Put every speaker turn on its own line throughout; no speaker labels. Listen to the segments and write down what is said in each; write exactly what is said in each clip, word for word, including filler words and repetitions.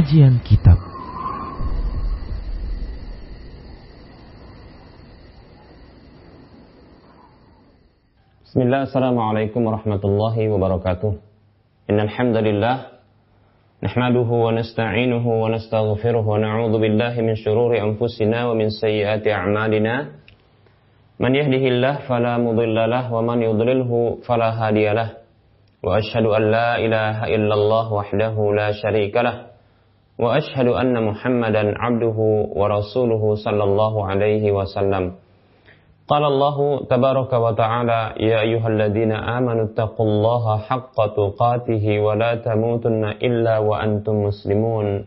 Kajian Kitab.
Bismillah, assalamualaikum warahmatullahi wabarakatuh. Innal hamdalillah nahmaduhu wa nasta'inuhu wa nastaghfiruh wa na'udzu billahi min shururi anfusina wa min sayyiati a'malina. Man yahdihillahu fala mudilla lahu wa man yudlilhu fala hadiyalah. Wa asyhadu an la ilaha illallah wahdahu la syarika lah. Wa asyhadu anna Muhammadan 'abduhu wa rasuluhu sallallahu alaihi wasallam. Qala Allah tabaraka wa ta'ala, ya ayyuhalladzina amanu taqullaha haqqa tuqatih wa la tamutunna illa wa antum muslimun.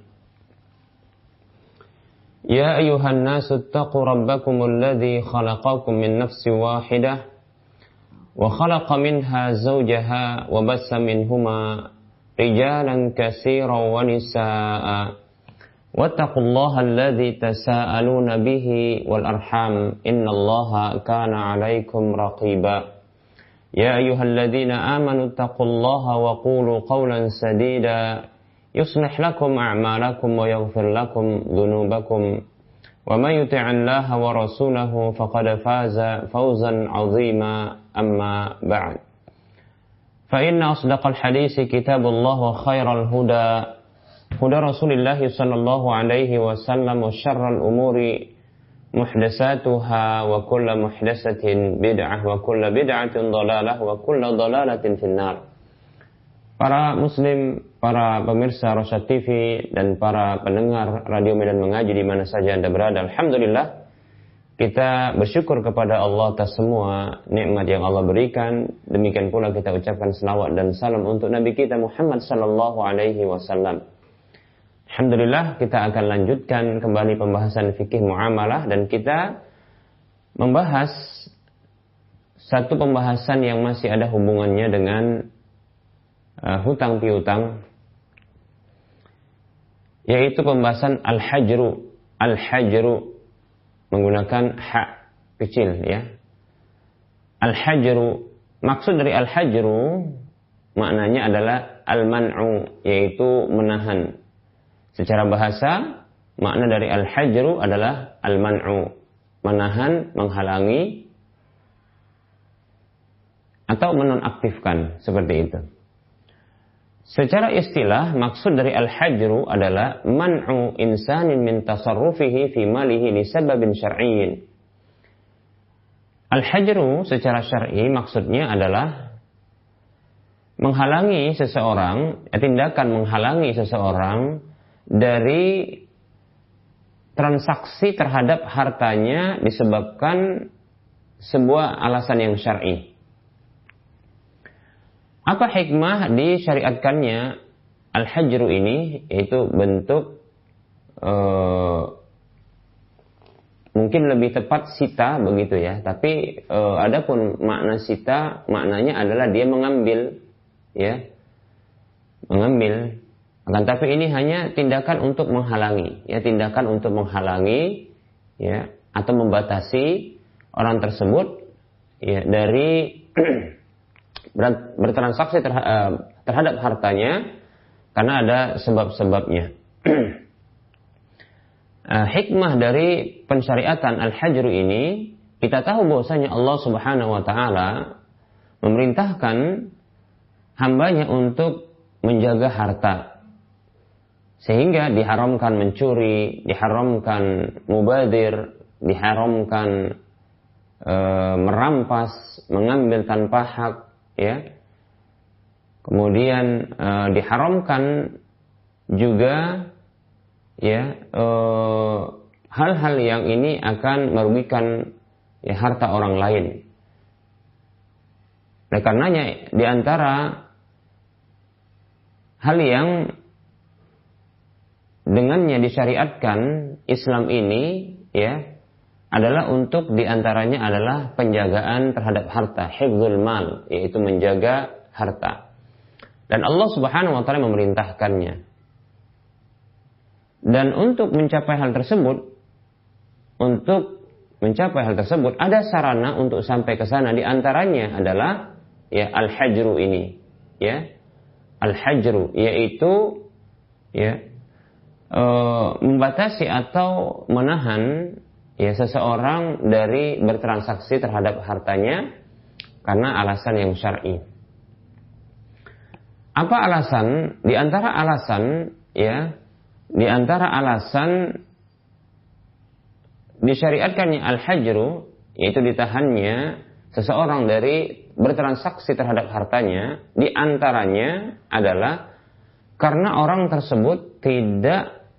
Ya ayyuhan nasu taqu rabbakumul ladzi khalaqakum min nafsin wahidah wa khalaqa minha zawjaha wa bassa minhuma rijalan katsiran wa nisaa'a. Wattaqullaha alladzi tasaaluna bihi wal arham innallaha kana 'alaikum raqiba. Ya ayyuhalladzina amanu taqullaha wa qulu qawlan sadida yuslih lakum a'malakum wa yaghfir lakum dhunubakum. Wa may yuti'illaha wa rasulahu faqad faza fawzan 'azima. Amma ba'd. Fa inna asdaqal haditsi kitabullah wa khairal huda huda Rasulillah sallallahu alaihi wasallam wa syarrul umuri muhdatsatuha wa kullu muhdatsatin bid'ah wa kullu bid'atin dhalalah wa kullu dhalalatin finnar. Para muslim, para pemirsa Rosyad T V dan para pendengar Radio Medan Mengaji di mana saja Anda berada, alhamdulillah kita bersyukur kepada Allah atas semua nikmat yang Allah berikan. Demikian pula kita ucapkan selawat dan salam untuk Nabi kita Muhammad sallallahu alaihi wasallam. Alhamdulillah kita akan lanjutkan kembali pembahasan fikih muamalah dan kita membahas satu pembahasan yang masih ada hubungannya dengan uh, hutang piutang, yaitu pembahasan al-hajru. Al-hajru menggunakan hak kecil, ya. Al-hajru, maksud dari al-hajru maknanya adalah al-man'u, yaitu menahan. Secara bahasa, makna dari al-hajru adalah al-man'u, menahan, menghalangi, atau menonaktifkan, seperti itu. Secara istilah, maksud dari al-hajru adalah man'u insanin min tasarrufihi fi malihi li sababin syar'iyyin. Al-hajru secara syar'i maksudnya adalah menghalangi seseorang, tindakan menghalangi seseorang dari transaksi terhadap hartanya disebabkan sebuah alasan yang syar'i. Apa hikmah disyariatkannya al-hajru ini? Yaitu bentuk uh, mungkin lebih tepat sita begitu ya. Tapi uh, adapun makna sita, maknanya adalah dia mengambil, ya, mengambil. Akan tapi ini hanya tindakan untuk menghalangi, ya, tindakan untuk menghalangi, ya, atau membatasi orang tersebut, ya, dari bertransaksi terhadap hartanya karena ada sebab-sebabnya. Hikmah dari pensyariatan al-hajru ini, kita tahu bahwasanya Allah Subhanahu wa taala memerintahkan hambanya untuk menjaga harta. Sehingga diharamkan mencuri, diharamkan mubadir, diharamkan e, merampas, mengambil tanpa hak, ya. Kemudian e, diharamkan juga, ya, e, hal-hal yang ini akan merugikan, ya, harta orang lain. Oleh karenanya di antara hal yang dengannya disyariatkan Islam ini, ya, adalah untuk diantaranya adalah penjagaan terhadap harta, hifdzul mal, yaitu menjaga harta. Dan Allah Subhanahu wa taala memerintahkannya. Dan untuk mencapai hal tersebut, untuk mencapai hal tersebut ada sarana untuk sampai ke sana, di antaranya adalah, ya, al-hajru ini, ya. Al-hajru yaitu, ya, e, membatasi atau menahan ya seseorang dari bertransaksi terhadap hartanya karena alasan yang syar'i. Apa alasan? Di antara alasan ya, di antara alasan disyariatkannya al-hajru, yaitu ditahannya seseorang dari bertransaksi terhadap hartanya, di antaranya adalah karena orang tersebut tidak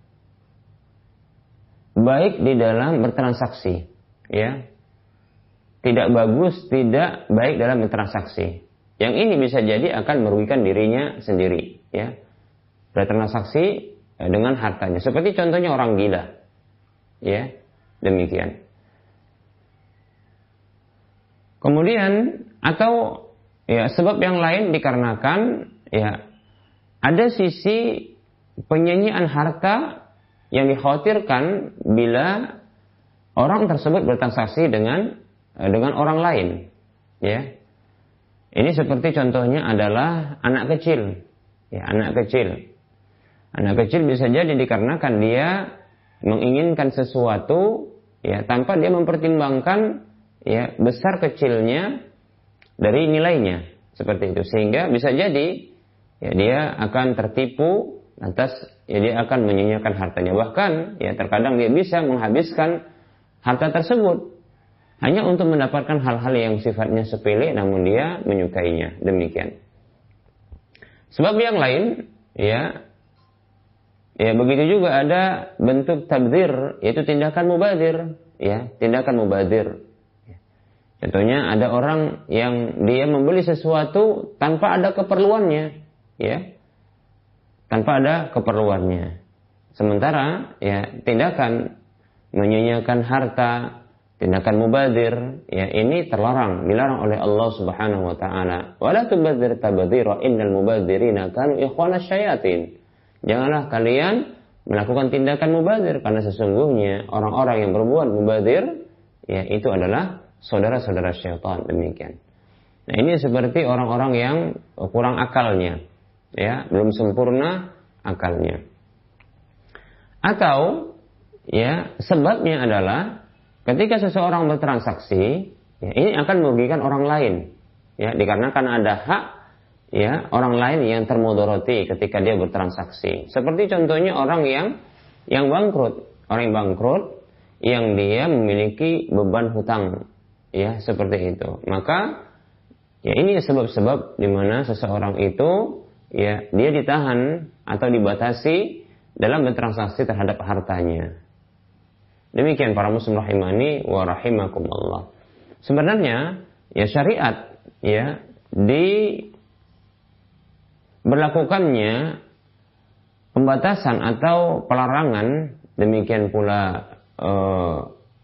baik di dalam bertransaksi, ya, tidak bagus, tidak baik dalam bertransaksi. Yang ini bisa jadi akan merugikan dirinya sendiri, ya, bertransaksi dengan hartanya. Seperti contohnya orang gila, ya, demikian. Kemudian atau ya sebab yang lain dikarenakan ya ada sisi penyanyian harta yang dikhawatirkan bila orang tersebut bertransaksi dengan dengan orang lain, ya. Ini seperti contohnya adalah anak kecil, ya, anak kecil. Anak kecil bisa jadi dikarenakan dia menginginkan sesuatu, ya, tanpa dia mempertimbangkan ya besar kecilnya dari nilainya, seperti itu, sehingga bisa jadi ya dia akan tertipu lantas ya dia akan menyia-nyiakan hartanya, bahkan ya terkadang dia bisa menghabiskan harta tersebut hanya untuk mendapatkan hal-hal yang sifatnya sepele namun dia menyukainya, demikian. Sebab yang lain ya ya begitu juga ada bentuk tabdzir, yaitu tindakan mubadir, ya, tindakan mubadir. Contohnya ada orang yang dia membeli sesuatu tanpa ada keperluannya, ya, tanpa ada keperluannya. Sementara ya tindakan menyia-nyiakan harta, tindakan mubadir, ya, ini terlarang, dilarang oleh Allah Subhanahu wa taala. Wala tubadzir tabdzira innal mubadzirina kanu ikhwanasy syayatin. Janganlah kalian melakukan tindakan mubadir karena sesungguhnya orang-orang yang berbuat mubadir ya itu adalah saudara-saudara syaitan, demikian. Nah, ini seperti orang-orang yang kurang akalnya, ya, belum sempurna akalnya. Atau ya sebabnya adalah ketika seseorang bertransaksi, ya, ini akan merugikan orang lain, ya, dikarenakan ada hak ya orang lain yang termudoroti ketika dia bertransaksi. Seperti contohnya orang yang yang bangkrut, orang yang bangkrut yang dia memiliki beban hutang, ya, seperti itu. Maka ya ini sebab-sebab di mana seseorang itu ya dia ditahan atau dibatasi dalam bertransaksi terhadap hartanya. Demikian para muslim rahimani wa rahimakumullah. Sebenarnya ya syariat ya di berlakukannya pembatasan atau pelarangan, demikian pula eh,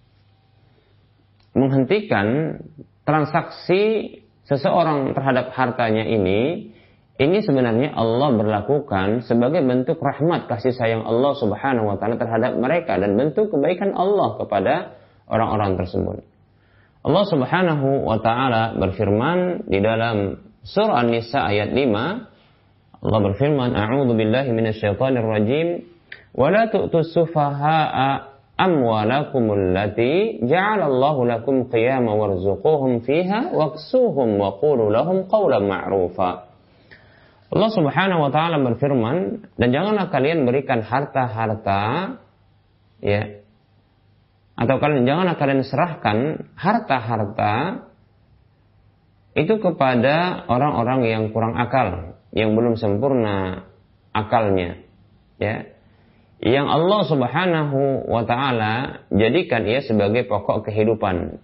menghentikan transaksi seseorang terhadap hartanya ini, ini sebenarnya Allah berlakukan sebagai bentuk rahmat kasih sayang Allah Subhanahu wa taala terhadap mereka dan bentuk kebaikan Allah kepada orang-orang tersebut. Allah Subhanahu wa taala berfirman di dalam surah An-Nisa ayat lima, Allah berfirman, "A'udzu billahi minasyaitonir rajim, wa la tu'tus sufaha'a amwalakumul lati ja'alallahu lakum qiyama warzuquhum fiha waqsuhum wa qulu lahum qawlan ma'rufa." Allah Subhanahu wa taala berfirman, dan janganlah kalian berikan harta-harta ya atau kalian janganlah kalian serahkan harta-harta itu kepada orang-orang yang kurang akal, yang belum sempurna akalnya, ya, yang Allah Subhanahu wa taala jadikan ia sebagai pokok kehidupan.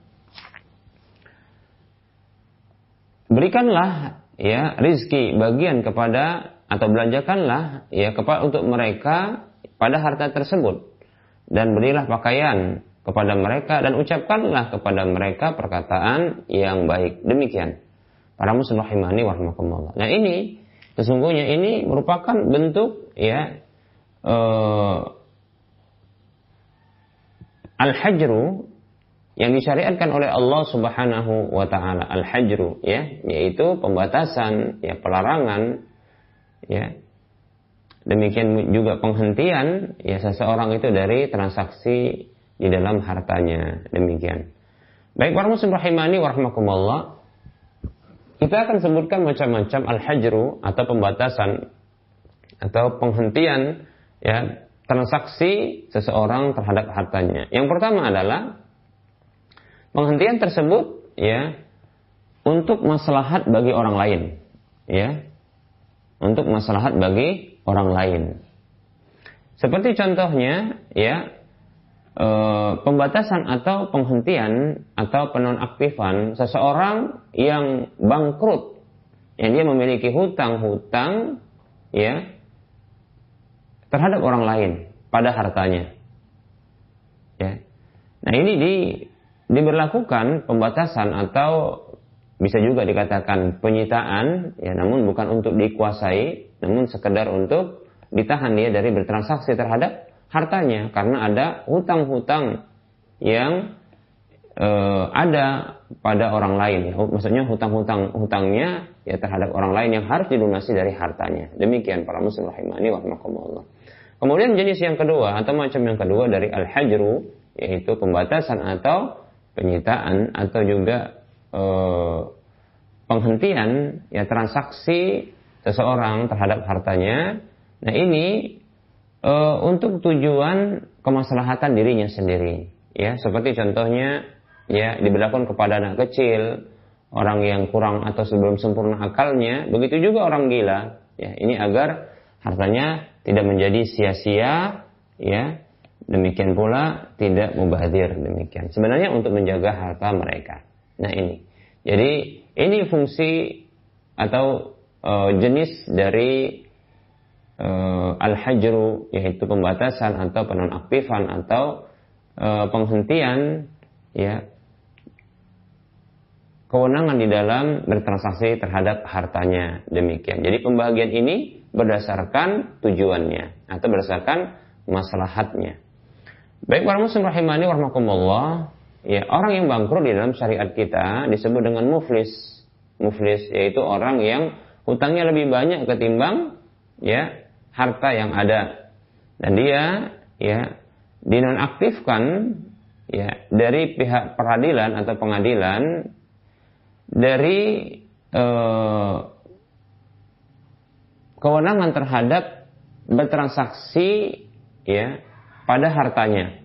Berikanlah ya rizki bagian kepada atau belanjakanlah ya kepada untuk mereka pada harta tersebut, dan berilah pakaian kepada mereka dan ucapkanlah kepada mereka perkataan yang baik. Demikian para muslim rahimani wa rahimakumullah. Nah, ini sesungguhnya ini merupakan bentuk ya uh, al-hajru yang disyariatkan oleh Allah Subhanahu wa taala. Al-hajru ya yaitu pembatasan, ya pelarangan ya demikian juga penghentian ya seseorang itu dari transaksi di dalam hartanya. Demikian. Baik para muslim rahimani wa rahmakumullah, kita akan sebutkan macam-macam al-hajru atau pembatasan atau penghentian ya transaksi seseorang terhadap hartanya. Yang pertama adalah penghentian tersebut ya untuk maslahat bagi orang lain, ya, untuk maslahat bagi orang lain. Seperti contohnya, ya, e, pembatasan atau penghentian atau penonaktifan seseorang yang bangkrut, yang dia memiliki hutang-hutang, ya, terhadap orang lain pada hartanya, ya. Nah ini di diberlakukan pembatasan atau bisa juga dikatakan penyitaan, ya, namun bukan untuk dikuasai, namun sekedar untuk ditahan dia dari bertransaksi terhadap hartanya, karena ada hutang-hutang yang e, ada pada orang lain, ya. Maksudnya hutang-hutang hutangnya ya terhadap orang lain yang harus dilunasi dari hartanya. Demikian para muslim rahimani wa rahimakumullah. Kemudian jenis yang kedua atau macam yang kedua dari al-hajru, yaitu pembatasan atau penyitaan atau juga Uh, penghentian ya transaksi seseorang terhadap hartanya. Nah ini uh, untuk tujuan kemaslahatan dirinya sendiri, ya, seperti contohnya ya diberlakukan kepada anak kecil, orang yang kurang atau sebelum sempurna akalnya, begitu juga orang gila, ya, ini agar hartanya tidak menjadi sia-sia, ya, demikian pula tidak mubazir, demikian sebenarnya untuk menjaga harta mereka. Nah ini, jadi ini fungsi atau uh, jenis dari uh, al-hajru, yaitu pembatasan atau penonaktifan atau uh, penghentian, ya, kewenangan di dalam bertransaksi terhadap hartanya. Demikian. Jadi pembagian ini berdasarkan tujuannya atau berdasarkan maslahatnya. Baik para muslim rahimani wa rahmakumullah. Ya, orang yang bangkrut di dalam syariat kita disebut dengan muflis. Muflis yaitu orang yang hutangnya lebih banyak ketimbang ya harta yang ada. Dan dia ya dinonaktifkan ya dari pihak peradilan atau pengadilan dari eh, kewenangan terhadap bertransaksi ya pada hartanya,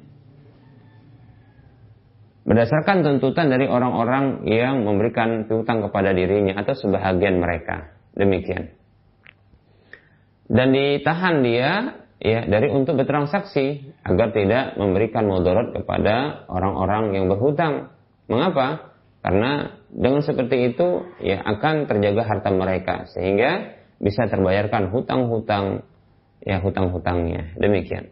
berdasarkan tuntutan dari orang-orang yang memberikan piutang kepada dirinya atau sebahagian mereka. Demikian. Dan ditahan dia ya dari untuk bertransaksi agar tidak memberikan mudarat kepada orang-orang yang berhutang. Mengapa? Karena dengan seperti itu ya akan terjaga harta mereka sehingga bisa terbayarkan hutang-hutang ya hutang-hutangnya. Demikian.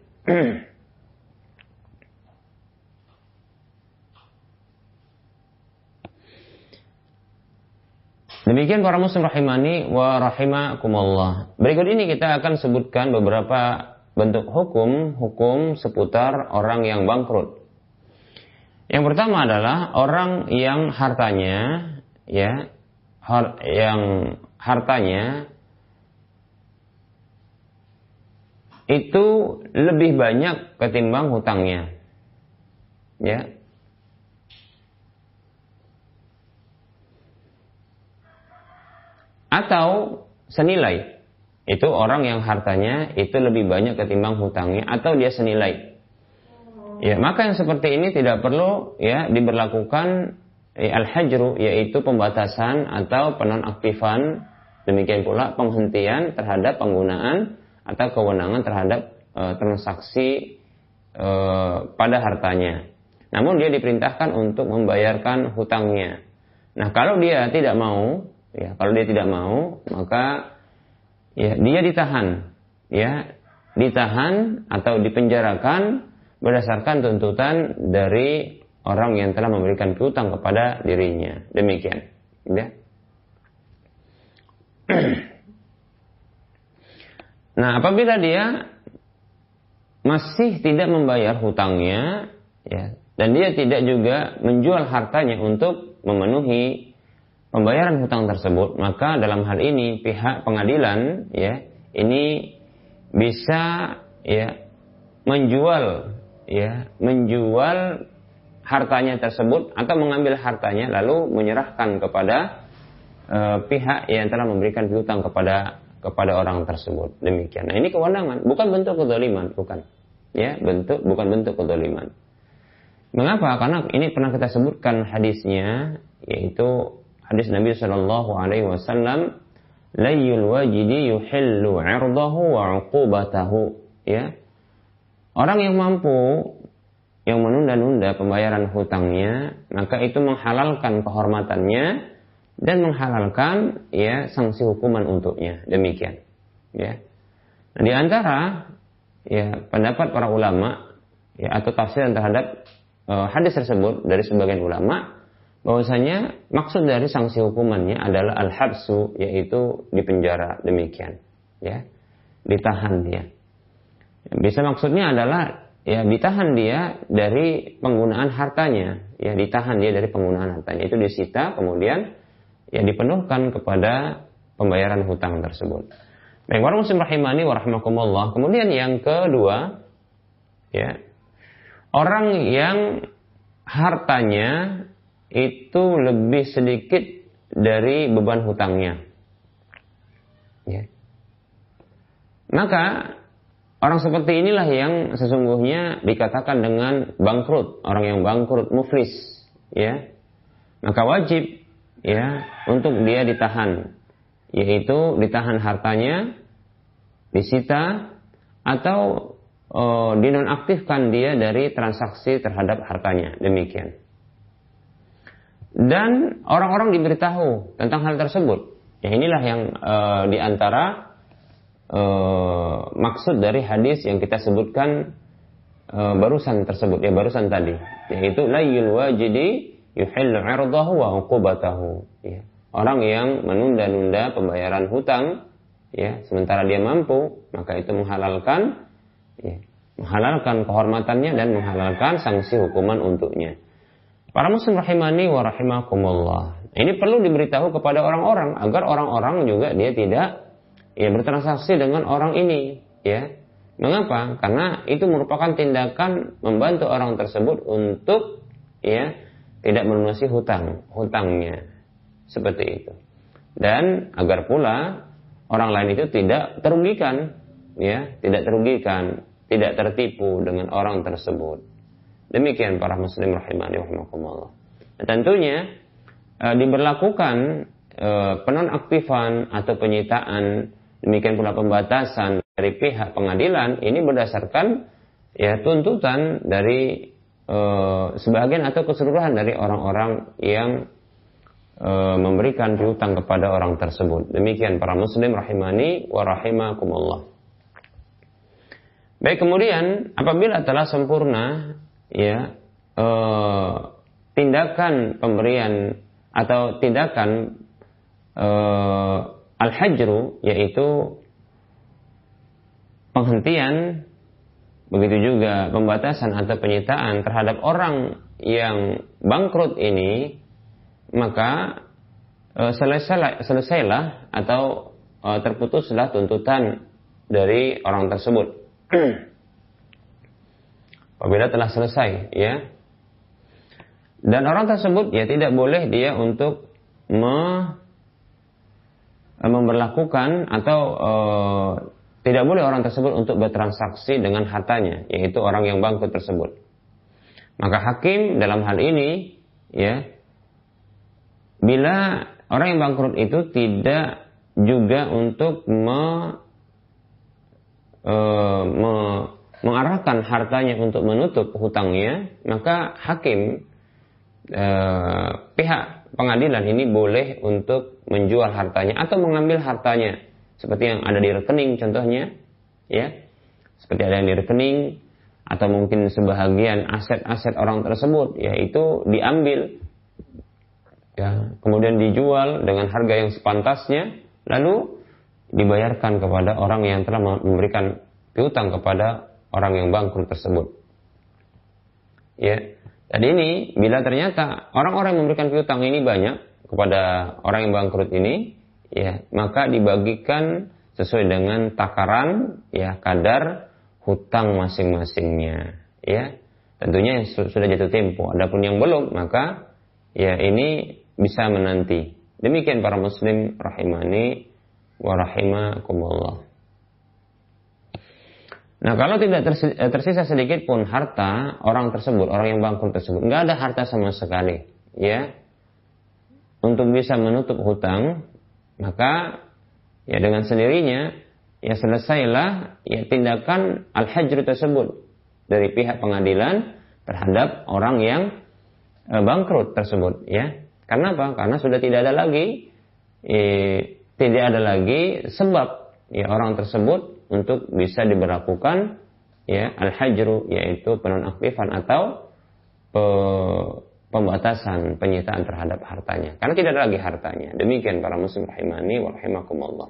Demikian para muslim rahimani wa rahimakumullah. Berikut ini kita akan sebutkan beberapa bentuk hukum-hukum seputar orang yang bangkrut. Yang pertama adalah orang yang hartanya ya har, yang hartanya itu lebih banyak ketimbang hutangnya. Ya. Atau senilai. Itu orang yang hartanya itu lebih banyak ketimbang hutangnya atau dia senilai. Ya, maka yang seperti ini tidak perlu ya diberlakukan ya, al-hajru, yaitu pembatasan atau penonaktifan, demikian pula penghentian terhadap penggunaan atau kewenangan terhadap e, transaksi e, pada hartanya. Namun dia diperintahkan untuk membayarkan hutangnya. Nah, kalau dia tidak mau, ya, kalau dia tidak mau, maka ya dia ditahan, ya, ditahan atau dipenjarakan berdasarkan tuntutan dari orang yang telah memberikan piutang kepada dirinya. Demikian, ya. Nah, apabila dia masih tidak membayar hutangnya, ya, dan dia tidak juga menjual hartanya untuk memenuhi pembayaran hutang tersebut, maka dalam hal ini pihak pengadilan ya ini bisa ya menjual ya menjual hartanya tersebut atau mengambil hartanya lalu menyerahkan kepada uh, pihak yang telah memberikan piutang kepada kepada orang tersebut. Demikian. Nah, ini kewenangan, bukan bentuk kezaliman, bukan. Ya, bentuk bukan bentuk kezaliman. Mengapa? Karena ini pernah kita sebutkan hadisnya, yaitu hadis Nabi Shallallahu Alaihi Wasallam, layyul wajidi yuhillu 'irdahu wa 'uqubatahu. Ya, orang yang mampu yang menunda-nunda pembayaran hutangnya, maka itu menghalalkan kehormatannya dan menghalalkan ya sanksi hukuman untuknya. Demikian. Ya. Nah, di antara ya pendapat para ulama ya atau tafsiran terhadap uh, hadis tersebut dari sebagian ulama, bahwasanya maksud dari sanksi hukumannya adalah al-habsu, yaitu dipenjara. Demikian. Ya. Ditahan dia. Bisa maksudnya adalah ya ditahan dia dari penggunaan hartanya, ya ditahan dia dari penggunaan hartanya, itu disita kemudian ya dipenuhkan kepada pembayaran hutang tersebut. Baik, para muslim rahimani wa rahimakumullah. Kemudian yang kedua, ya orang yang hartanya itu lebih sedikit dari beban hutangnya, ya. Maka orang seperti inilah yang sesungguhnya dikatakan dengan bangkrut, orang yang bangkrut, muflis, ya. Maka wajib ya untuk dia ditahan, yaitu ditahan hartanya, disita atau e, dinonaktifkan dia dari transaksi terhadap hartanya. Demikian. Dan orang-orang diberitahu tentang hal tersebut. Ya, inilah yang e, diantara Uh, maksud dari hadis yang kita sebutkan uh, barusan tersebut, ya barusan tadi, yaitu layyul wajidi yuhillu 'irdahu wa 'uqubatahu, ya. Orang yang menunda-nunda pembayaran hutang ya sementara dia mampu, maka itu menghalalkan ya, menghalalkan kehormatannya dan menghalalkan sanksi hukuman untuknya. Para muslim rahimani wa rahimakumullah. Ini perlu diberitahu kepada orang-orang agar orang-orang juga dia tidak ya bertransaksi dengan orang ini, ya. Mengapa? Karena itu merupakan tindakan membantu orang tersebut untuk ya tidak melunasi hutang, hutangnya. Seperti itu. Dan agar pula orang lain itu tidak terugikan, ya, tidak terugikan, tidak tertipu dengan orang tersebut. Demikian para muslim rahimani rahimakumullah. Nah, tentunya e, diberlakukan e, penonaktifan atau penyitaan, demikian pula pembatasan dari pihak pengadilan ini berdasarkan ya tuntutan dari e, sebagian atau keseluruhan dari orang-orang yang e, memberikan piutang kepada orang tersebut. Demikian para muslim rahimani wa rahimakumullah. Baik, kemudian apabila telah sempurna ya e, tindakan pemberian atau tindakan e, al-hajru, yaitu penghentian, begitu juga pembatasan atau penyitaan terhadap orang yang bangkrut ini, maka e, selesailah, selesailah atau e, terputuslah tuntutan dari orang tersebut. Apabila telah selesai, ya. Dan orang tersebut ya tidak boleh dia untuk me memberlakukan atau e, tidak boleh orang tersebut untuk bertransaksi dengan hartanya, yaitu orang yang bangkrut tersebut. Maka hakim dalam hal ini ya, bila orang yang bangkrut itu tidak juga untuk me, e, me, mengarahkan hartanya untuk menutup hutangnya, maka hakim e, pihak pengadilan ini boleh untuk menjual hartanya atau mengambil hartanya, seperti yang ada di rekening contohnya, ya, seperti ada yang di rekening atau mungkin sebahagian aset-aset orang tersebut, yaitu diambil, ya, kemudian dijual dengan harga yang sepantasnya, lalu dibayarkan kepada orang yang telah memberikan piutang kepada orang yang bangkrut tersebut, ya. Dan ini bila ternyata orang-orang yang memberikan piutang ini banyak kepada orang yang bangkrut ini, ya, maka dibagikan sesuai dengan takaran ya kadar hutang masing-masingnya ya. Tentunya yang sudah jatuh tempo. Adapun yang belum maka ya ini bisa menanti. Demikian para muslim rahimani wa rahimakumullah. Nah, kalau tidak tersisa sedikit pun harta orang tersebut, orang yang bangkrut tersebut, nggak ada harta sama sekali, ya, untuk bisa menutup hutang, maka ya dengan sendirinya ya selesailah ya tindakan al-hajr tersebut dari pihak pengadilan terhadap orang yang e, bangkrut tersebut, ya. Karena apa? Karena sudah tidak ada lagi, eh, tidak ada lagi sebab ya orang tersebut untuk bisa diberlakukan ya al-hajru, yaitu penonaktifan atau pe, pembatasan penyitaan terhadap hartanya, karena tidak ada lagi hartanya. Demikian para muslim rahimani wa rahimakumullah.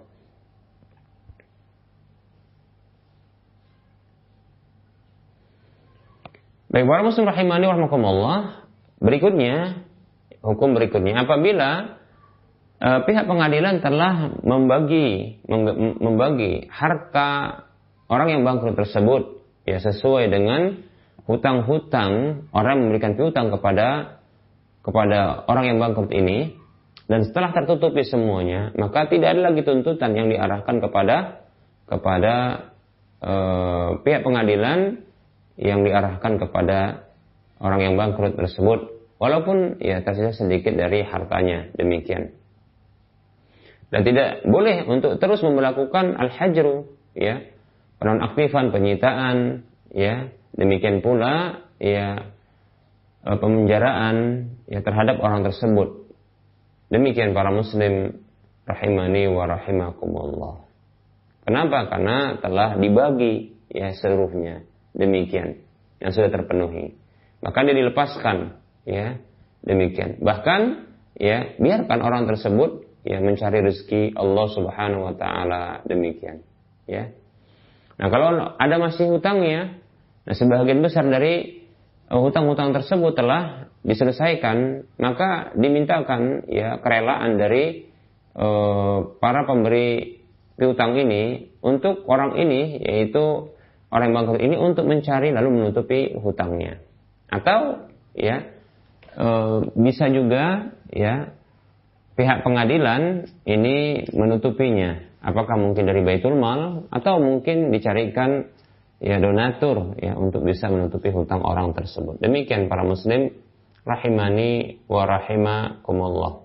Baik para muslim rahimani wa rahimakumullah, berikutnya hukum berikutnya apabila Uh, pihak pengadilan telah membagi membagi harta orang yang bangkrut tersebut ya sesuai dengan hutang-hutang orang yang memberikan piutang kepada kepada orang yang bangkrut ini, dan setelah tertutupi semuanya maka tidak ada lagi tuntutan yang diarahkan kepada kepada uh, pihak pengadilan yang diarahkan kepada orang yang bangkrut tersebut, walaupun ya tersisa sedikit dari hartanya. Demikian. Dan tidak boleh untuk terus memperlakukan al-hajru, ya, penonaktifan, penyitaan, ya, demikian pula ya pemenjaraan ya terhadap orang tersebut. Demikian para muslim rahimani wa rahimakumullah. Kenapa? Karena telah dibagi ya seluruhnya. Demikian yang sudah terpenuhi. Maka dia dilepaskan, ya. Demikian. Bahkan ya biarkan orang tersebut ya mencari rezeki Allah Subhanahu wa taala, demikian, ya. Nah, kalau ada masih hutangnya, nah sebagian besar dari uh, hutang-hutang tersebut telah diselesaikan, maka dimintakan ya kerelaan dari uh, para pemberi piutang ini untuk orang ini, yaitu orang yang bangkrut ini, untuk mencari lalu menutupi hutangnya. Atau ya uh, bisa juga ya pihak pengadilan ini menutupinya, apakah mungkin dari baitul mal atau mungkin dicarikan ya donatur ya untuk bisa menutupi hutang orang tersebut. Demikian para muslim rahimani wa rahimakumullah.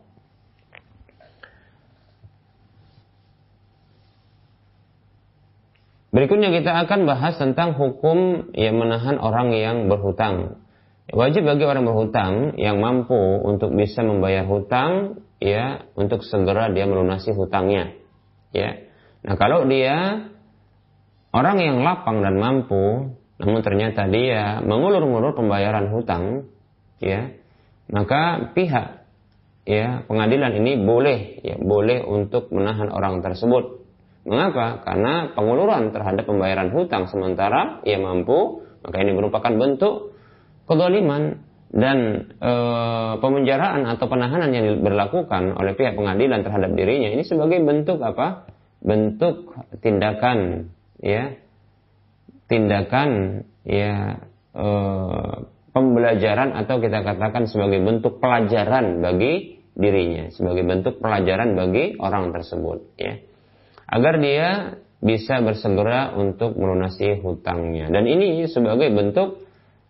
Berikutnya kita akan bahas tentang hukum yang menahan orang yang berhutang. Wajib bagi orang berhutang yang mampu untuk bisa membayar hutang ya untuk segera dia melunasi hutangnya, ya. Nah, kalau dia orang yang lapang dan mampu namun ternyata dia mengulur-ngulur pembayaran hutang, ya, maka pihak ya pengadilan ini boleh ya boleh untuk menahan orang tersebut. Mengapa? Karena penguluran terhadap pembayaran hutang sementara ia mampu, maka ini merupakan bentuk kezaliman. Dan e, pemenjaraan atau penahanan yang diberlakukan oleh pihak pengadilan terhadap dirinya ini sebagai bentuk apa? Bentuk tindakan, ya, tindakan, ya, e, pembelajaran atau kita katakan sebagai bentuk pelajaran bagi dirinya, sebagai bentuk pelajaran bagi orang tersebut, ya, agar dia bisa bersegera untuk melunasi hutangnya. Dan ini sebagai bentuk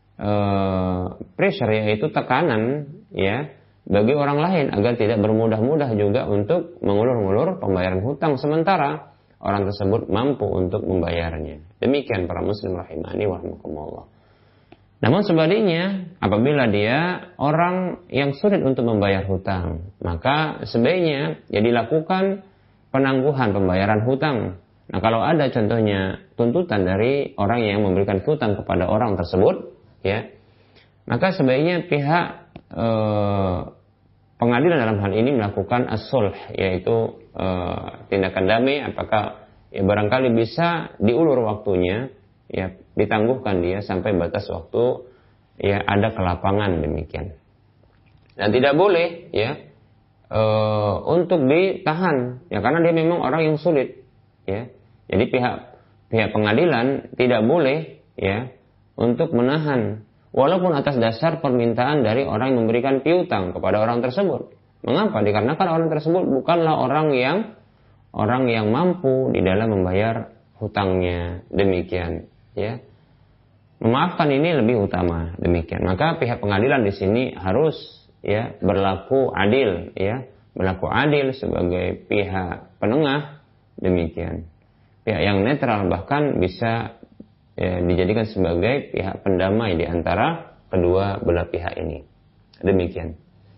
Uh, pressure, yaitu tekanan ya bagi orang lain agar tidak bermudah-mudah juga untuk mengulur-ngulur pembayaran hutang sementara orang tersebut mampu untuk membayarnya. Demikian para muslim rahimani wa rahimakumullah. Namun sebaliknya, apabila dia orang yang sulit untuk membayar hutang, maka sebaiknya ya dilakukan penangguhan pembayaran hutang. Nah, kalau ada contohnya tuntutan dari orang yang memberikan hutang kepada orang tersebut, ya, maka sebaiknya pihak e, pengadilan dalam hal ini melakukan as-sulh, yaitu e, tindakan damai. Apakah ya barangkali bisa diulur waktunya, ya ditangguhkan dia sampai batas waktu ya ada kelapangan, demikian. Dan tidak boleh ya e, untuk ditahan, ya karena dia memang orang yang sulit, ya. Jadi pihak pihak pengadilan tidak boleh ya untuk menahan walaupun atas dasar permintaan dari orang yang memberikan piutang kepada orang tersebut. Mengapa? Dikarenakan orang tersebut bukanlah orang yang orang yang mampu di dalam membayar hutangnya. Demikian, ya. Memaafkan ini lebih utama, demikian. Maka pihak pengadilan di sini harus ya berlaku adil, ya, berlaku adil sebagai pihak penengah, demikian. Pihak yang netral bahkan bisa ya, dijadikan sebagai pihak pendamai di antara kedua belah pihak ini. Demikian.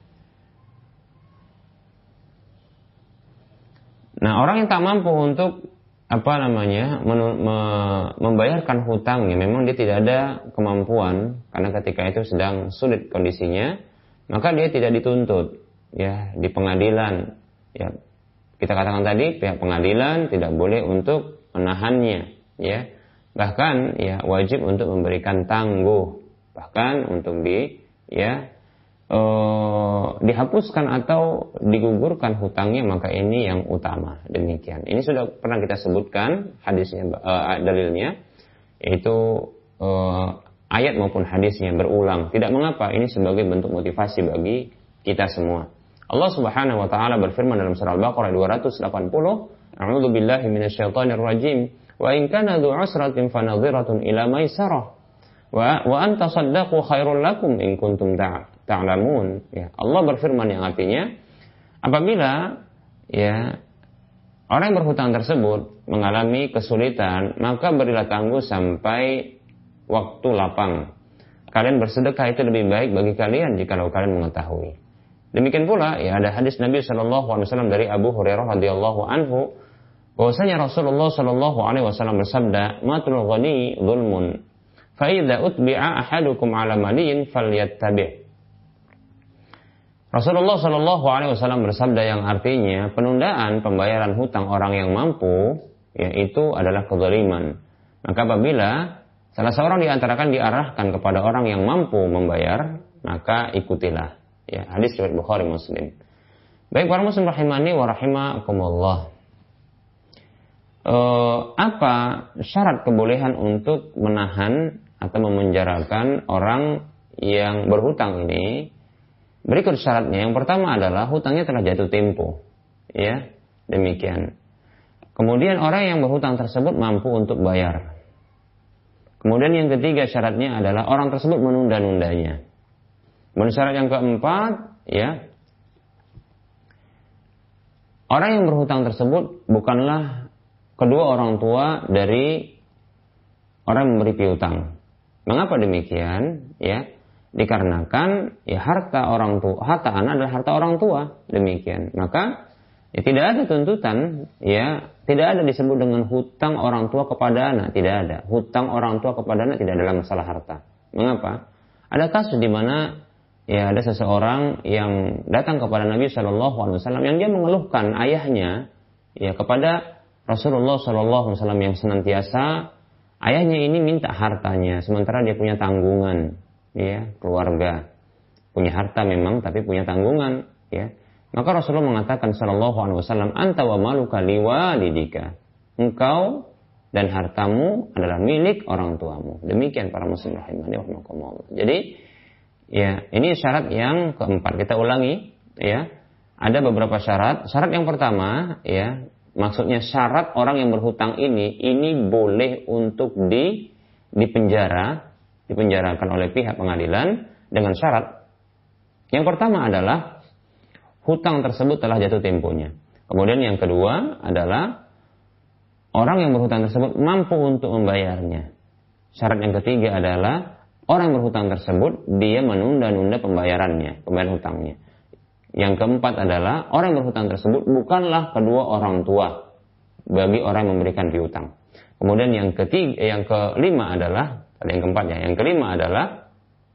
Nah, orang yang tak mampu untuk apa namanya men- me- membayarkan hutangnya, memang dia tidak ada kemampuan karena ketika itu sedang sulit kondisinya, maka dia tidak dituntut ya di pengadilan. Ya, kita katakan tadi pihak pengadilan tidak boleh untuk menahannya, ya. Bahkan ya wajib untuk memberikan tangguh, bahkan untuk di ya Uh, dihapuskan atau digugurkan hutangnya, maka ini yang utama. Demikian. Ini sudah pernah kita sebutkan hadisnya, uh, dalilnya, yaitu uh, ayat maupun hadisnya berulang. Tidak mengapa, ini sebagai bentuk motivasi bagi kita semua. Allah Subhanahu wa taala berfirman dalam surah Al-Baqarah dua ratus delapan puluh, A'udzu billahi minasyaitonir rajim. Wa in kana dzu 'usratin fanadhiratun ila maisarah. Wa wa an tasaddaqu khairul lakum in kuntum ta'a ta'lamun. Ya, Allah berfirman yang artinya apabila ya orang yang berhutang tersebut mengalami kesulitan, maka berilah tangguh sampai waktu lapang. Kalian bersedekah itu lebih baik bagi kalian jikalau kalian mengetahui. Demikian pula ya ada hadis Nabi sallallahu alaihi wasallam dari Abu Hurairah radhiyallahu anhu bahwasanya Rasulullah sallallahu alaihi wasallam bersabda, "Matul ghani dzulmun. Fa idza utbi'a ahadukum 'ala maliyin falyattabi'." Rasulullah Shallallahu Alaihi Wasallam bersabda yang artinya penundaan pembayaran hutang orang yang mampu, yaitu adalah kezaliman. Maka apabila salah seorang di antara kalian diarahkan kepada orang yang mampu membayar, maka ikutilah. Ya, hadis riwayat Bukhari Muslim. Baik para muslim rahimani wa rahimakumullah. Uh, apa syarat kebolehan untuk menahan atau memenjarakan orang yang berhutang ini? Berikut syaratnya. Yang pertama adalah hutangnya telah jatuh tempo. Ya, demikian. Kemudian orang yang berhutang tersebut mampu untuk bayar. Kemudian yang ketiga syaratnya adalah orang tersebut menunda-nundanya. Kemudian syarat yang keempat, ya, orang yang berhutang tersebut bukanlah kedua orang tua dari orang yang memberi piutang. Mengapa demikian? Ya, dikarenakan ya harta orang tua, harta anak adalah harta orang tua, demikian. Maka ya tidak ada tuntutan, ya tidak ada disebut dengan hutang orang tua kepada anak, tidak ada. Hutang orang tua kepada anak tidak adalah masalah harta. Mengapa? Ada kasus di mana ya ada seseorang yang datang kepada Nabi Shallallahu Alaihi Wasallam yang dia mengeluhkan ayahnya ya kepada Rasulullah Shallallahu Alaihi Wasallam yang senantiasa ayahnya ini minta hartanya, sementara dia punya tanggungan. Ya, keluarga punya harta memang tapi punya tanggungan, ya. Maka Rasulullah mengatakan sallallahu alaihi wasallam, "Anta wa maluka liwalidika." Engkau dan hartamu adalah milik orang tuamu. Demikian para muslim rahimani wa rahimakumullah. Jadi, ya, ini syarat yang keempat. Kita ulangi, ya. Ada beberapa syarat. Syarat yang pertama, ya, maksudnya syarat orang yang berhutang ini ini boleh untuk di dipenjara dipenjarakan oleh pihak pengadilan dengan syarat. Yang pertama adalah hutang tersebut telah jatuh temponya. Kemudian yang kedua adalah orang yang berhutang tersebut mampu untuk membayarnya. Syarat yang ketiga adalah orang yang berhutang tersebut dia menunda-nunda pembayarannya, pembayaran hutangnya. Yang keempat adalah orang yang berhutang tersebut bukanlah kedua orang tua bagi orang yang memberikan piutang. Kemudian yang ketiga, yang kelima adalah ada yang keempat ya. Yang kelima adalah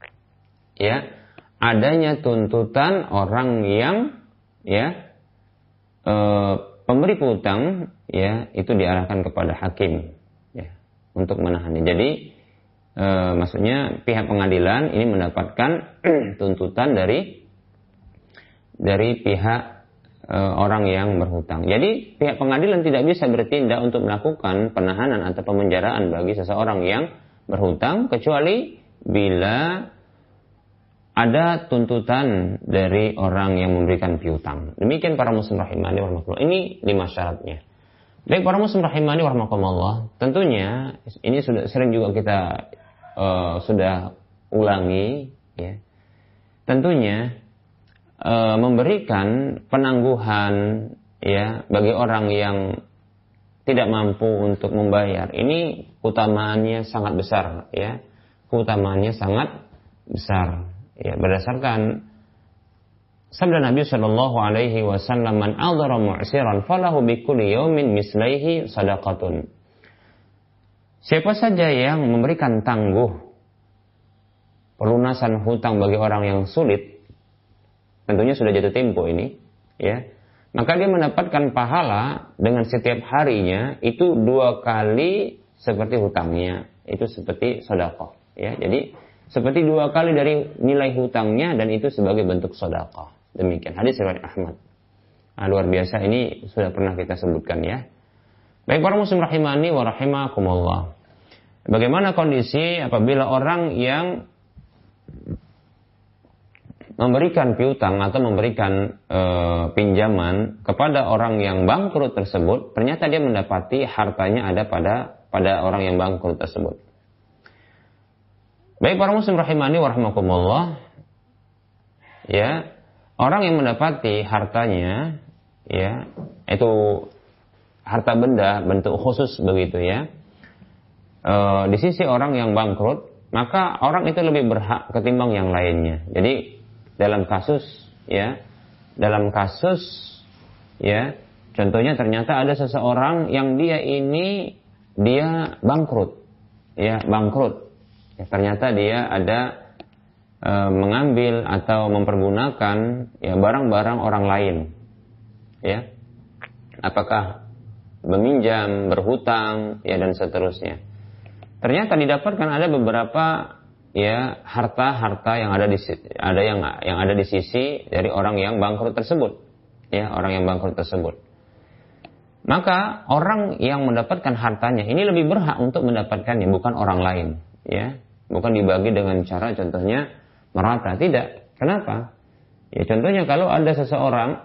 ya adanya tuntutan orang yang ya e, pemberi piutang ya itu diarahkan kepada hakim ya untuk menahannya. Jadi e, maksudnya pihak pengadilan ini mendapatkan tuntutan dari dari pihak orang yang berhutang. Jadi pihak pengadilan tidak bisa bertindak untuk melakukan penahanan atau pemenjaraan bagi seseorang yang berhutang kecuali bila ada tuntutan dari orang yang memberikan piutang. Demikian para muslim rahimani warahmatullah. Ini lima syaratnya. Baik para muslim rahimani warahmatullah, tentunya ini sudah sering juga kita uh, sudah ulangi, ya. Tentunya E, memberikan penangguhan ya bagi orang yang tidak mampu untuk membayar, ini keutamaannya sangat besar, ya, keutamaannya sangat besar, ya, berdasarkan sabda Nabi Shallallahu Alaihi Wasallam, man adzara mu'siran falahu bikulli yaumin mislaihi sadaqatun. Siapa saja yang memberikan tangguh pelunasan hutang bagi orang yang sulit, tentunya sudah jatuh tempo ini, ya, maka dia mendapatkan pahala dengan setiap harinya itu dua kali seperti hutangnya, itu seperti sedekah, ya. Jadi seperti dua kali dari nilai hutangnya dan itu sebagai bentuk sedekah. Demikian hadis riwayat Ahmad. Nah, luar biasa, ini sudah pernah kita sebutkan, ya. Baik para muslim rahimani wa rahimakumullah. Bagaimana kondisi apabila orang yang memberikan piutang atau memberikan e, pinjaman kepada orang yang bangkrut tersebut, ternyata dia mendapati hartanya ada pada pada orang yang bangkrut tersebut. Baik para muslim rahimani wa rahimakumullah, ya, orang yang mendapati hartanya, ya, itu harta benda bentuk khusus begitu, ya, e, di sisi orang yang bangkrut, maka orang itu lebih berhak ketimbang yang lainnya. Jadi dalam kasus, ya, dalam kasus, ya, contohnya ternyata ada seseorang yang dia ini dia bangkrut, ya, bangkrut. Ya, ternyata dia ada e, mengambil atau mempergunakan, ya, barang-barang orang lain, ya, apakah meminjam, berhutang, ya, dan seterusnya. Ternyata didapatkan ada beberapa, ya, harta-harta yang ada di ada yang yang ada di sisi dari orang yang bangkrut tersebut, ya, orang yang bangkrut tersebut. Maka orang yang mendapatkan hartanya ini lebih berhak untuk mendapatkannya, bukan orang lain, ya, bukan dibagi dengan cara contohnya merata, tidak. Kenapa? Ya, contohnya kalau ada seseorang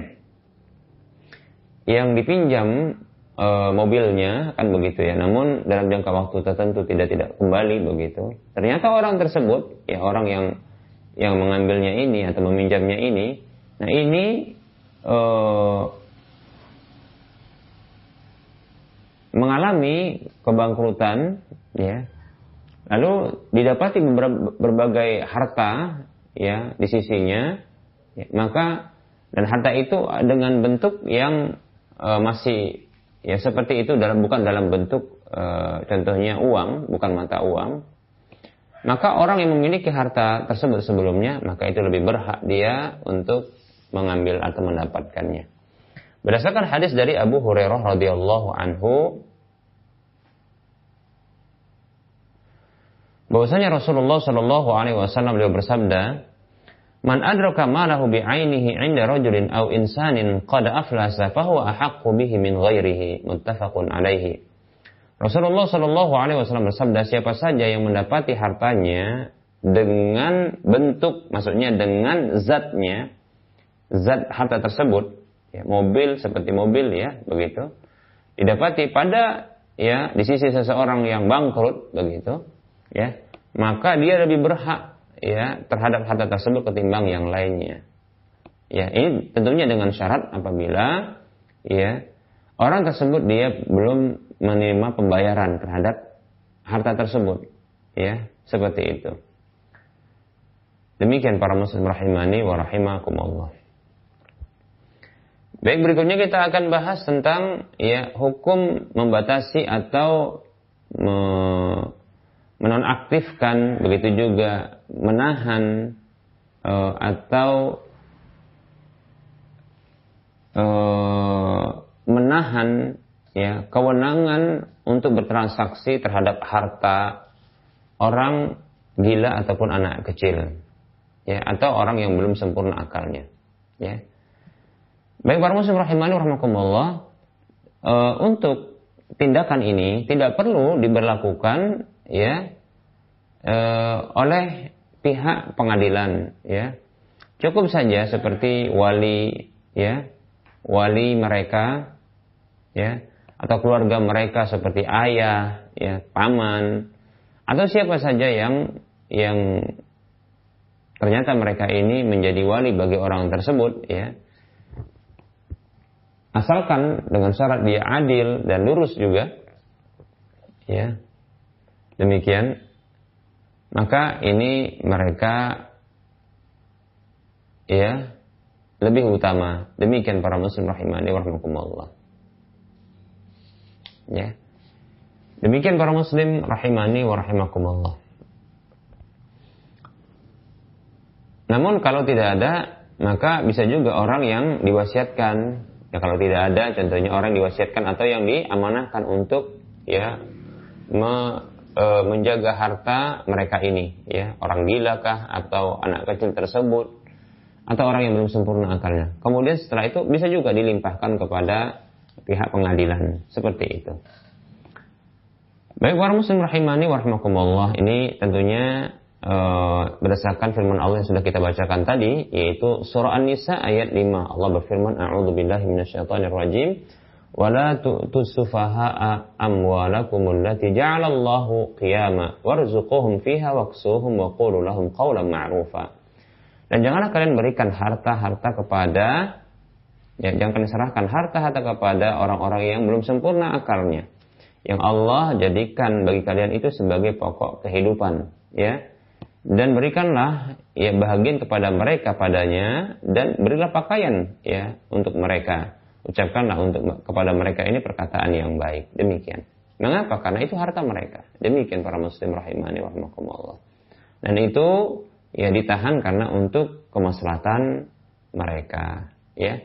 yang dipinjam e, mobilnya, kan begitu, ya, namun dalam jangka waktu tertentu tidak tidak kembali begitu. Ternyata orang tersebut, ya, orang yang yang mengambilnya ini atau meminjamnya ini, nah ini e, mengalami kebangkrutan, ya, lalu didapati berbagai harta, ya, di sisinya, ya, maka dan harta itu dengan bentuk yang e, masih, ya, seperti itu, dalam bukan dalam bentuk e, contohnya uang, bukan mata uang, maka orang yang memiliki harta tersebut sebelumnya, maka itu lebih berhak dia untuk mengambil atau mendapatkannya. Berdasarkan hadis dari Abu Hurairah radhiyallahu anhu, bahwasanya Rasulullah shallallahu alaihi wasallam beliau bersabda, man adraka malahu bi'ainihi 'inda rajulin aw insanin qad aflasa fahuwa ahaqqu bihi min ghairihi, muttafaqun alaihi. Rasulullah shallallahu alaihi wasallam bersabda, siapa saja yang mendapati hartanya dengan bentuk, maksudnya dengan zatnya, zat harta tersebut, ya, mobil seperti mobil, ya, begitu, didapati pada, ya, di sisi seseorang yang bangkrut begitu, ya, maka dia lebih berhak, ya, terhadap harta tersebut ketimbang yang lainnya. Ya, ini tentunya dengan syarat apabila, ya, orang tersebut dia belum menerima pembayaran terhadap harta tersebut, ya, seperti itu. Demikian para muslim rahimani wa rahimakumullah. Baik, berikutnya kita akan bahas tentang, ya, hukum membatasi atau me menonaktifkan, begitu juga menahan e, atau e, menahan, ya, kewenangan untuk bertransaksi terhadap harta orang gila ataupun anak kecil, ya, atau orang yang belum sempurna akalnya, ya. Baik para muslim rahimani rahimakumullah, e, untuk tindakan ini tidak perlu diberlakukan ya e, oleh pihak pengadilan ya. Cukup saja seperti wali ya, wali mereka ya, atau keluarga mereka seperti ayah ya, paman, atau siapa saja yang yang ternyata mereka ini menjadi wali bagi orang tersebut ya. Asalkan dengan syarat dia adil dan lurus juga ya. Demikian, maka ini mereka ya lebih utama. Demikian para muslim rahimani wa rahimakumullah. Ya. Demikian para muslim rahimani wa rahimakumullah. Namun kalau tidak ada, maka bisa juga orang yang diwasiatkan. Ya kalau tidak ada, contohnya orang diwasiatkan atau yang diamanahkan untuk ya me, e, menjaga harta mereka ini, ya orang gila kah atau anak kecil tersebut atau orang yang belum sempurna akalnya. Kemudian setelah itu bisa juga dilimpahkan kepada pihak pengadilan seperti itu. Baik para muslim rahimani wa rahimakumullah, ini tentunya Uh, berdasarkan firman Allah yang sudah kita bacakan tadi, yaitu surah An-Nisa ayat lima. Allah berfirman, a'udzubillahi minasyaitonir rajim, wala tu'tus sufaha'a amwalakumul lati ja'alallahu qiyama warzuquhum fiha waksuhum wa qulu lahum qawlan ma'rufa. Dan janganlah kalian berikan harta-harta kepada ya, jangan kalian serahkan harta-harta kepada orang-orang yang belum sempurna akalnya, yang Allah jadikan bagi kalian itu sebagai pokok kehidupan, ya. Dan berikanlah ya bahagian kepada mereka padanya, dan berilah pakaian ya untuk mereka. Ucapkanlah untuk kepada mereka ini perkataan yang baik. Demikian. Mengapa? Karena itu harta mereka. Demikian para muslim rahimani wa rahimakumullah. Dan itu ya ditahan karena untuk kemaslahatan mereka, ya.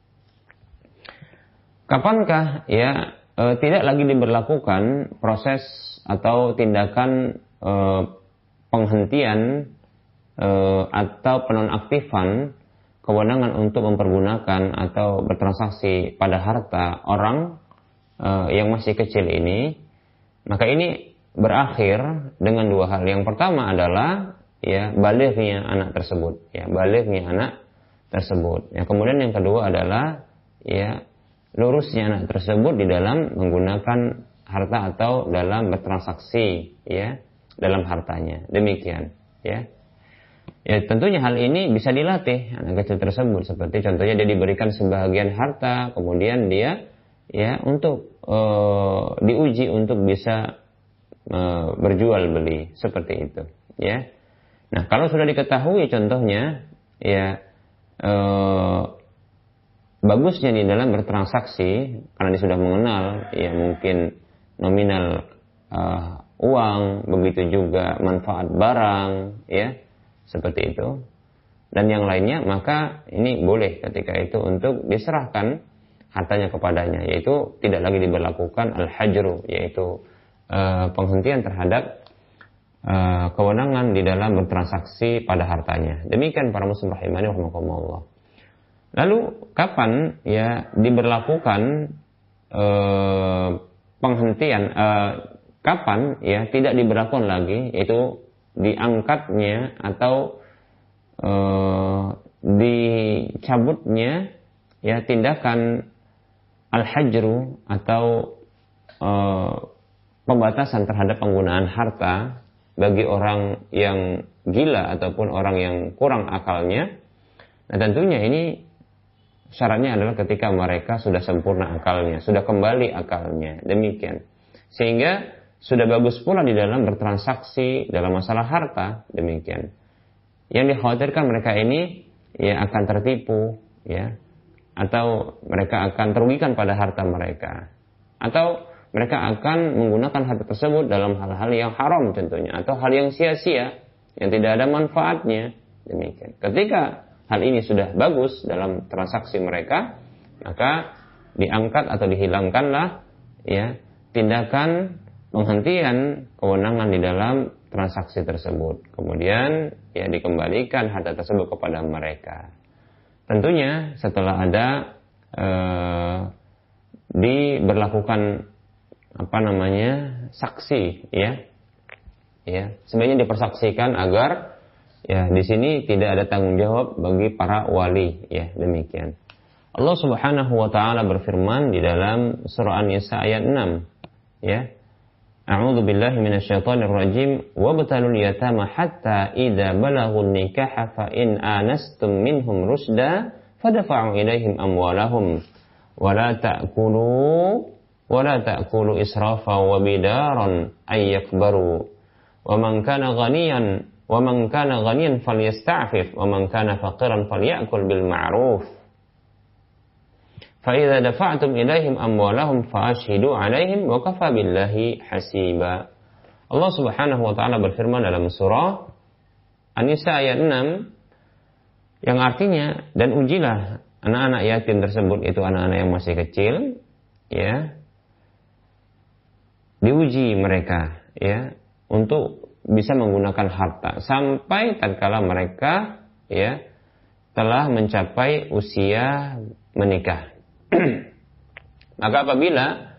Kapankah ya e, tidak lagi diberlakukan proses atau tindakan e, penghentian e, atau penonaktifan kewenangan untuk mempergunakan atau bertransaksi pada harta orang e, yang masih kecil ini? Maka ini berakhir dengan dua hal. Yang pertama adalah ya balighnya anak tersebut, ya balighnya anak tersebut. Ya, kemudian yang kedua adalah ya lurusnya anak tersebut di dalam menggunakan harta atau dalam bertransaksi ya dalam hartanya. Demikian, ya. Ya tentunya hal ini bisa dilatih anak kecil tersebut, seperti contohnya dia diberikan sebagian harta, kemudian dia ya untuk e, diuji untuk bisa e, berjual beli seperti itu, ya. Nah, kalau sudah diketahui contohnya ya e, bagusnya di dalam bertransaksi karena dia sudah mengenal ya mungkin nominal uh, uang, begitu juga manfaat barang, ya, seperti itu. Dan yang lainnya, maka ini boleh ketika itu untuk diserahkan hartanya kepadanya, yaitu tidak lagi diberlakukan al-hajru, yaitu uh, penghentian terhadap uh, kewenangan di dalam bertransaksi pada hartanya. Demikian para muslim rahimani rahimakumullah. Lalu kapan ya diberlakukan uh, penghentian uh, kapan ya tidak diberlakukan lagi, yaitu diangkatnya atau e, dicabutnya ya tindakan al-hajru atau e, pembatasan terhadap penggunaan harta bagi orang yang gila ataupun orang yang kurang akalnya. Nah tentunya ini syaratnya adalah ketika mereka sudah sempurna akalnya, sudah kembali akalnya, demikian. Sehingga sudah bagus pula di dalam bertransaksi dalam masalah harta, demikian. Yang dikhawatirkan mereka ini ya akan tertipu, ya, atau mereka akan terugikan pada harta mereka, atau mereka akan menggunakan harta tersebut dalam hal-hal yang haram tentunya, atau hal yang sia-sia yang tidak ada manfaatnya, demikian. Ketika hal ini sudah bagus dalam transaksi mereka, maka diangkat atau dihilangkanlah ya tindakan penghentian kewenangan di dalam transaksi tersebut. Kemudian ya dikembalikan harta tersebut kepada mereka. Tentunya setelah ada eh, diberlakukan apa namanya saksi, ya, ya sebenarnya dipersaksikan agar ya di sini tidak ada tanggung jawab bagi para wali, ya demikian. Allah Subhanahu wa taala berfirman di dalam surah An-Nisa ayat enam, ya. A'udzu billahi minasyaitonir rajim wabtalul yatama hatta idza balaghun nikaha fa in anastum minhum rusda fadfa'u ilaihim amwalahum wa la ta'kulu wa la ta'kulu israfa wa bidaran ay yakbaru wa man kana ghaniyan wa man kana ghaniyan falyasta'fif wa man kana faqiran falyakul bil ma'ruf fa idza dafa'tum ilaihim amwalahum fa ashhidu 'alaihim wa kafa billahi hasiba. Allah Subhanahu wa taala berfirman dalam surah An-Nisa ayat enam yang artinya, dan ujilah anak-anak yatim tersebut, itu anak-anak yang masih kecil, ya. Diuji mereka, ya, untuk bisa menggunakan harta sampai tatkala mereka, ya, telah mencapai usia menikah. Maka apabila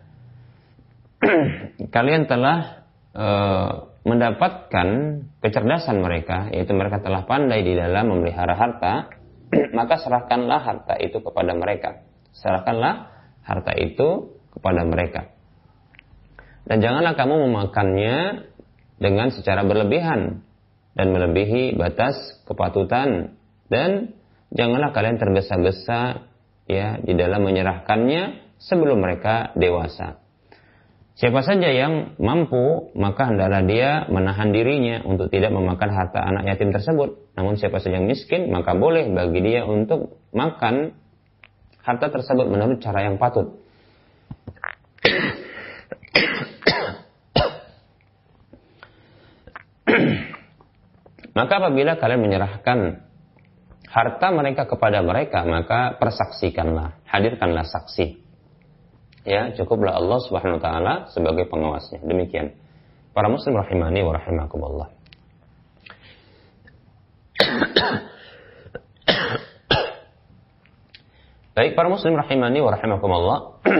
kalian telah e, mendapatkan kecerdasan mereka, yaitu mereka telah pandai di dalam memelihara harta, maka serahkanlah harta itu kepada mereka. Serahkanlah harta itu kepada mereka. Dan janganlah kamu memakannya dengan secara berlebihan dan melebihi batas kepatutan, dan janganlah kalian tergesa-gesa, ya, di dalam menyerahkannya sebelum mereka dewasa. Siapa saja yang mampu, maka hendaklah dia menahan dirinya untuk tidak memakan harta anak yatim tersebut. Namun siapa saja yang miskin, maka boleh bagi dia untuk makan harta tersebut menurut cara yang patut. Maka apabila kalian menyerahkan harta mereka kepada mereka, maka persaksikanlah, hadirkanlah saksi. Ya, cukuplah Allah Subhanahu wa taala sebagai pengawasnya. Demikian. Para muslim rahimani wa rahimakumullah. Baik, para muslim rahimani wa rahimakumullah.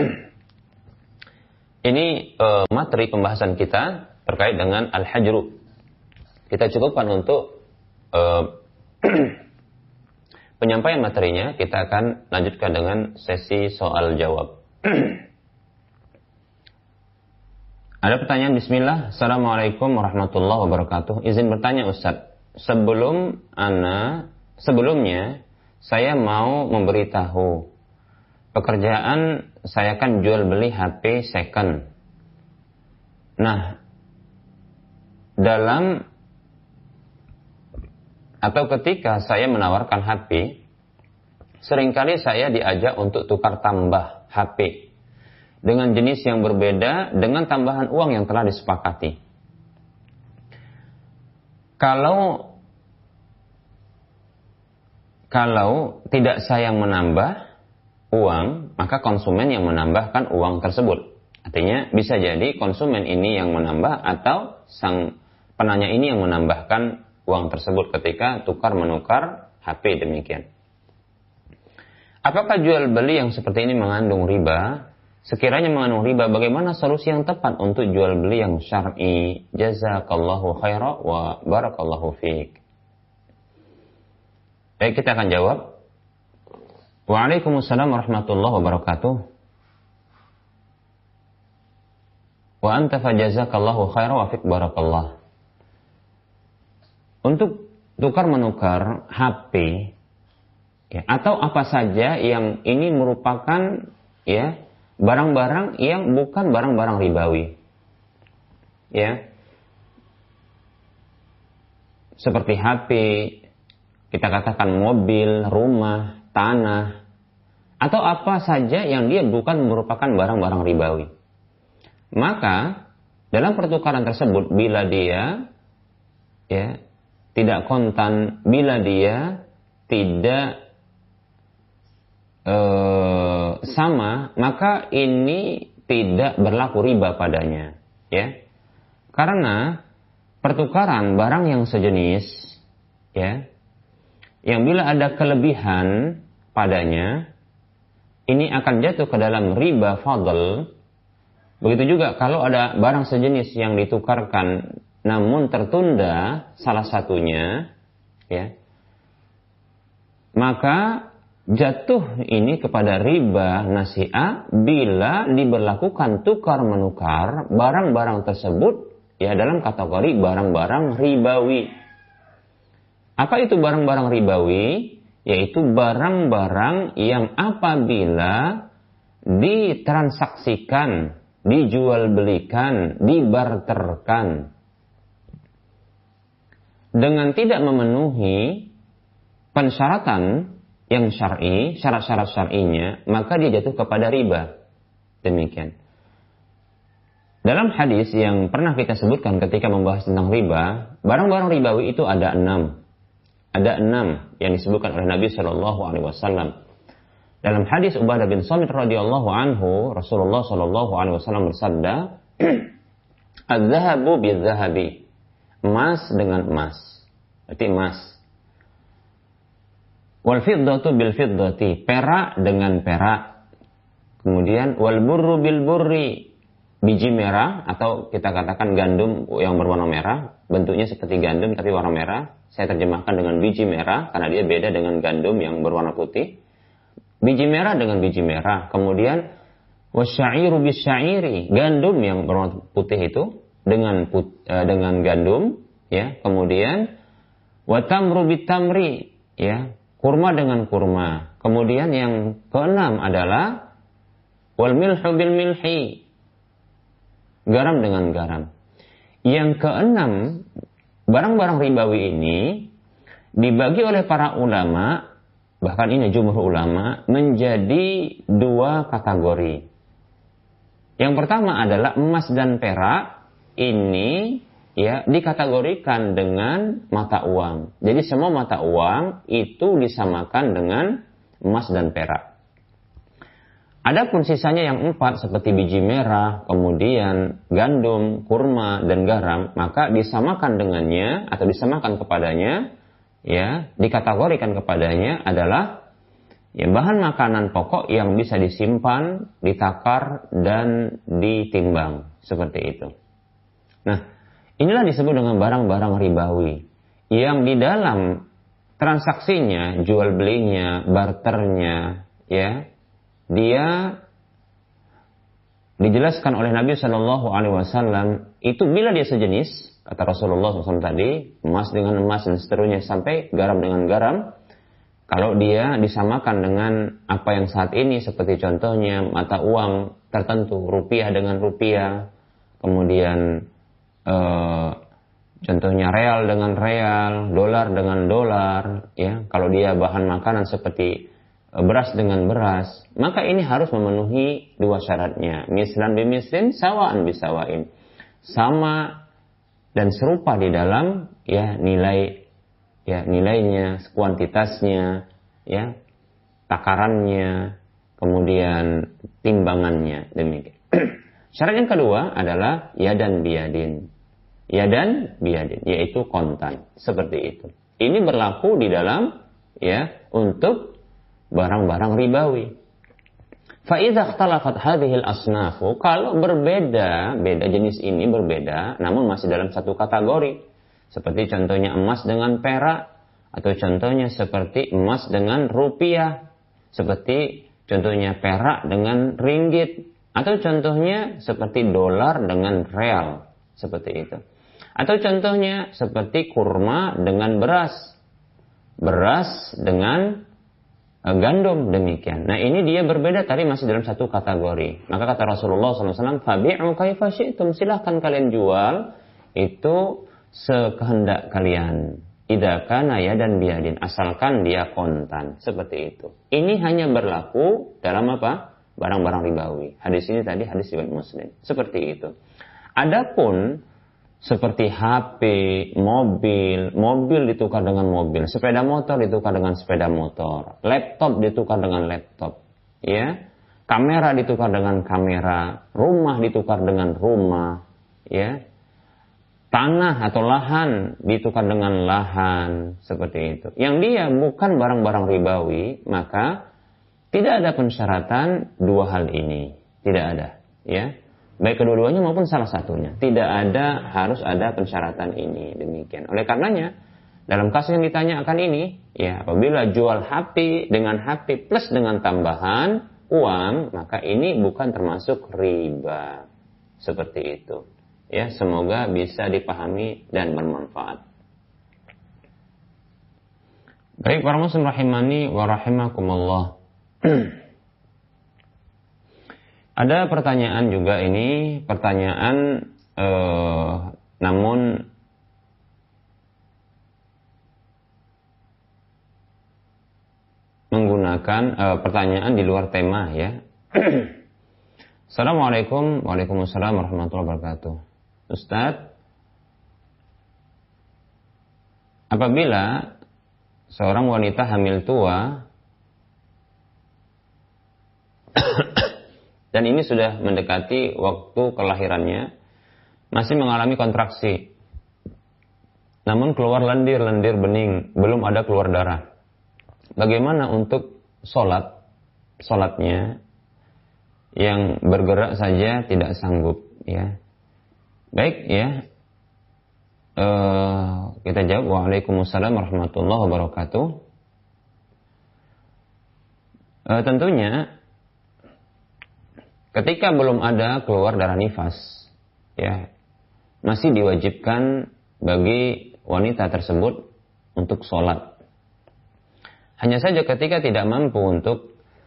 Ini uh, materi pembahasan kita terkait dengan al-hajru. Kita cukupkan untuk uh, penyampaian materinya. Kita akan lanjutkan dengan sesi soal jawab. Ada pertanyaan. Bismillah. Assalamualaikum warahmatullahi wabarakatuh. Izin bertanya Ustaz. Sebelum ana, sebelumnya saya mau memberitahu pekerjaan saya kan jual beli H P second. Nah, dalam atau ketika saya menawarkan H P, seringkali saya diajak untuk tukar tambah H P dengan jenis yang berbeda dengan tambahan uang yang telah disepakati. Kalau kalau tidak saya yang menambah uang, maka konsumen yang menambahkan uang tersebut. Artinya bisa jadi konsumen ini yang menambah atau sang penanya ini yang menambahkan uang tersebut ketika tukar menukar H P, demikian. Apakah jual beli yang seperti ini mengandung riba? Sekiranya mengandung riba, bagaimana solusi yang tepat untuk jual beli yang syar'i? Jazakallahu khairan wa barakallahu fiik. Baik, kita akan jawab. Waalaikumsalam warahmatullahi wabarakatuh. Wa anta fajazakallahu khairan wa fiik barakallah. Untuk tukar menukar H P, ya, atau apa saja yang ini merupakan, ya, barang-barang yang bukan barang-barang ribawi, ya, seperti H P, kita katakan mobil, rumah, tanah, atau apa saja yang dia bukan merupakan barang-barang ribawi. Maka dalam pertukaran tersebut, bila dia, ya, tidak kontan, bila dia tidak e, sama, maka ini tidak berlaku riba padanya, ya. Karena pertukaran barang yang sejenis, ya, yang bila ada kelebihan padanya, ini akan jatuh ke dalam riba fadl. Begitu juga kalau ada barang sejenis yang ditukarkan namun tertunda salah satunya, ya, maka jatuh ini kepada riba nasi'ah bila diberlakukan tukar menukar barang-barang tersebut ya dalam kategori barang-barang ribawi. Apa itu barang-barang ribawi? Yaitu barang-barang yang apabila ditransaksikan, dijual belikan, dibarterkan dengan tidak memenuhi pensyaratan yang syar'i, syarat-syarat syar'inya, maka dia jatuh kepada riba. Demikian. Dalam hadis yang pernah kita sebutkan ketika membahas tentang riba, barang-barang ribawi itu ada enam. Ada enam yang disebutkan oleh Nabi Shallallahu Alaihi Wasallam. Dalam hadis Ubadah bin Samit radhiyallahu anhu, Rasulullah Shallallahu Alaihi Wasallam bersabda, "Az-zahabu bil-zahabi." Emas dengan emas. Berarti emas. Wal fiddatu bil fiddati, perak dengan perak. Kemudian wal burru bil burri, biji merah atau kita katakan gandum yang berwarna merah, bentuknya seperti gandum tapi warna merah. Saya terjemahkan dengan biji merah karena dia beda dengan gandum yang berwarna putih. Biji merah dengan biji merah. Kemudian wasyairu bisyairi, gandum yang berwarna putih itu dengan put, uh, dengan gandum, ya. Kemudian watamru bitamri, ya, kurma dengan kurma. Kemudian yang keenam adalah wal milhu bil milhi, garam dengan garam. Yang keenam, barang-barang ribawi ini dibagi oleh para ulama, bahkan ini jumhur ulama, menjadi dua kategori. Yang pertama adalah emas dan perak. Ini ya dikategorikan dengan mata uang. Jadi semua mata uang itu disamakan dengan emas dan perak. Adapun sisanya yang empat seperti biji merah, kemudian gandum, kurma, dan garam, maka disamakan dengannya atau disamakan kepadanya, ya, dikategorikan kepadanya adalah ya, bahan makanan pokok yang bisa disimpan, ditakar, dan ditimbang. Seperti itu. Nah, inilah disebut dengan barang-barang ribawi yang di dalam transaksinya, jual belinya, barternya, ya, dia dijelaskan oleh Nabi Shallallahu Alaihi Wasallam itu bila dia sejenis, kata Rasulullah shallallahu alaihi wasallam tadi, emas dengan emas dan seterusnya sampai garam dengan garam, kalau dia disamakan dengan apa yang saat ini seperti contohnya mata uang tertentu, rupiah dengan rupiah, kemudian eh, contohnya real dengan real, dolar dengan dolar, ya, kalau dia bahan makanan seperti beras dengan beras, maka ini harus memenuhi dua syaratnya. Mislan bimislin, sawaan bisawain. Sama dan serupa di dalam ya nilai ya nilainya, kuantitasnya, ya, takarannya, kemudian timbangannya, demikian. Syarat yang kedua adalah yadan biyadin. Yadan biyadin, yaitu kontan, seperti itu. Ini berlaku di dalam ya untuk barang-barang ribawi. Fa idza ikhtalafat hadhihi al-asnafu, kalau berbeda, beda jenis ini berbeda namun masih dalam satu kategori. Seperti contohnya emas dengan perak, atau contohnya seperti emas dengan rupiah, seperti contohnya perak dengan ringgit, atau contohnya seperti dolar dengan real, seperti itu. Atau contohnya seperti kurma dengan beras, beras dengan gandum, demikian. Nah, ini dia berbeda tadi masih dalam satu kategori. Maka kata Rasulullah shallallahu alaihi wasallam, fabi'u kaifa syi'tum, silahkan kalian jual itu sekehendak kalian. Idza kana yadan biyadin, asalkan dia kontan, seperti itu. Ini hanya berlaku dalam apa? Barang-barang ribawi. Hadis ini tadi hadis riwayat Muslim. Seperti itu. Adapun seperti H P, mobil, mobil ditukar dengan mobil, sepeda motor ditukar dengan sepeda motor, laptop ditukar dengan laptop, ya, kamera ditukar dengan kamera, rumah ditukar dengan rumah, ya, tanah atau lahan ditukar dengan lahan, seperti itu. Yang dia bukan barang-barang ribawi, maka Tidak ada pensyaratan dua hal ini, tidak ada, ya. Baik kedua-duanya maupun salah satunya, tidak ada harus ada pensyaratan ini, demikian. Oleh karenanya, dalam kasus yang ditanyakan ini, ya, apabila jual H P dengan H P plus dengan tambahan uang, maka ini bukan termasuk riba. Seperti itu. Ya, semoga bisa dipahami dan bermanfaat. Baik, para muslim rahimani wa rahimakumullah. Ada pertanyaan juga ini, pertanyaan eh, namun menggunakan eh, pertanyaan di luar tema, ya. Assalamualaikum. Waalaikumsalam warahmatullahi wabarakatuh. Ustadz, apabila seorang wanita hamil tua dan ini sudah mendekati waktu kelahirannya, masih mengalami kontraksi, namun keluar lendir-lendir bening, belum ada keluar darah. Bagaimana untuk sholat, sholatnya yang bergerak saja tidak sanggup, ya? Baik, ya. Uh, kita jawab. Waalaikumsalam warahmatullahi wabarakatuh. Uh, tentunya ketika belum ada keluar darah nifas, ya, masih diwajibkan bagi wanita tersebut untuk sholat. Hanya saja ketika tidak mampu untuk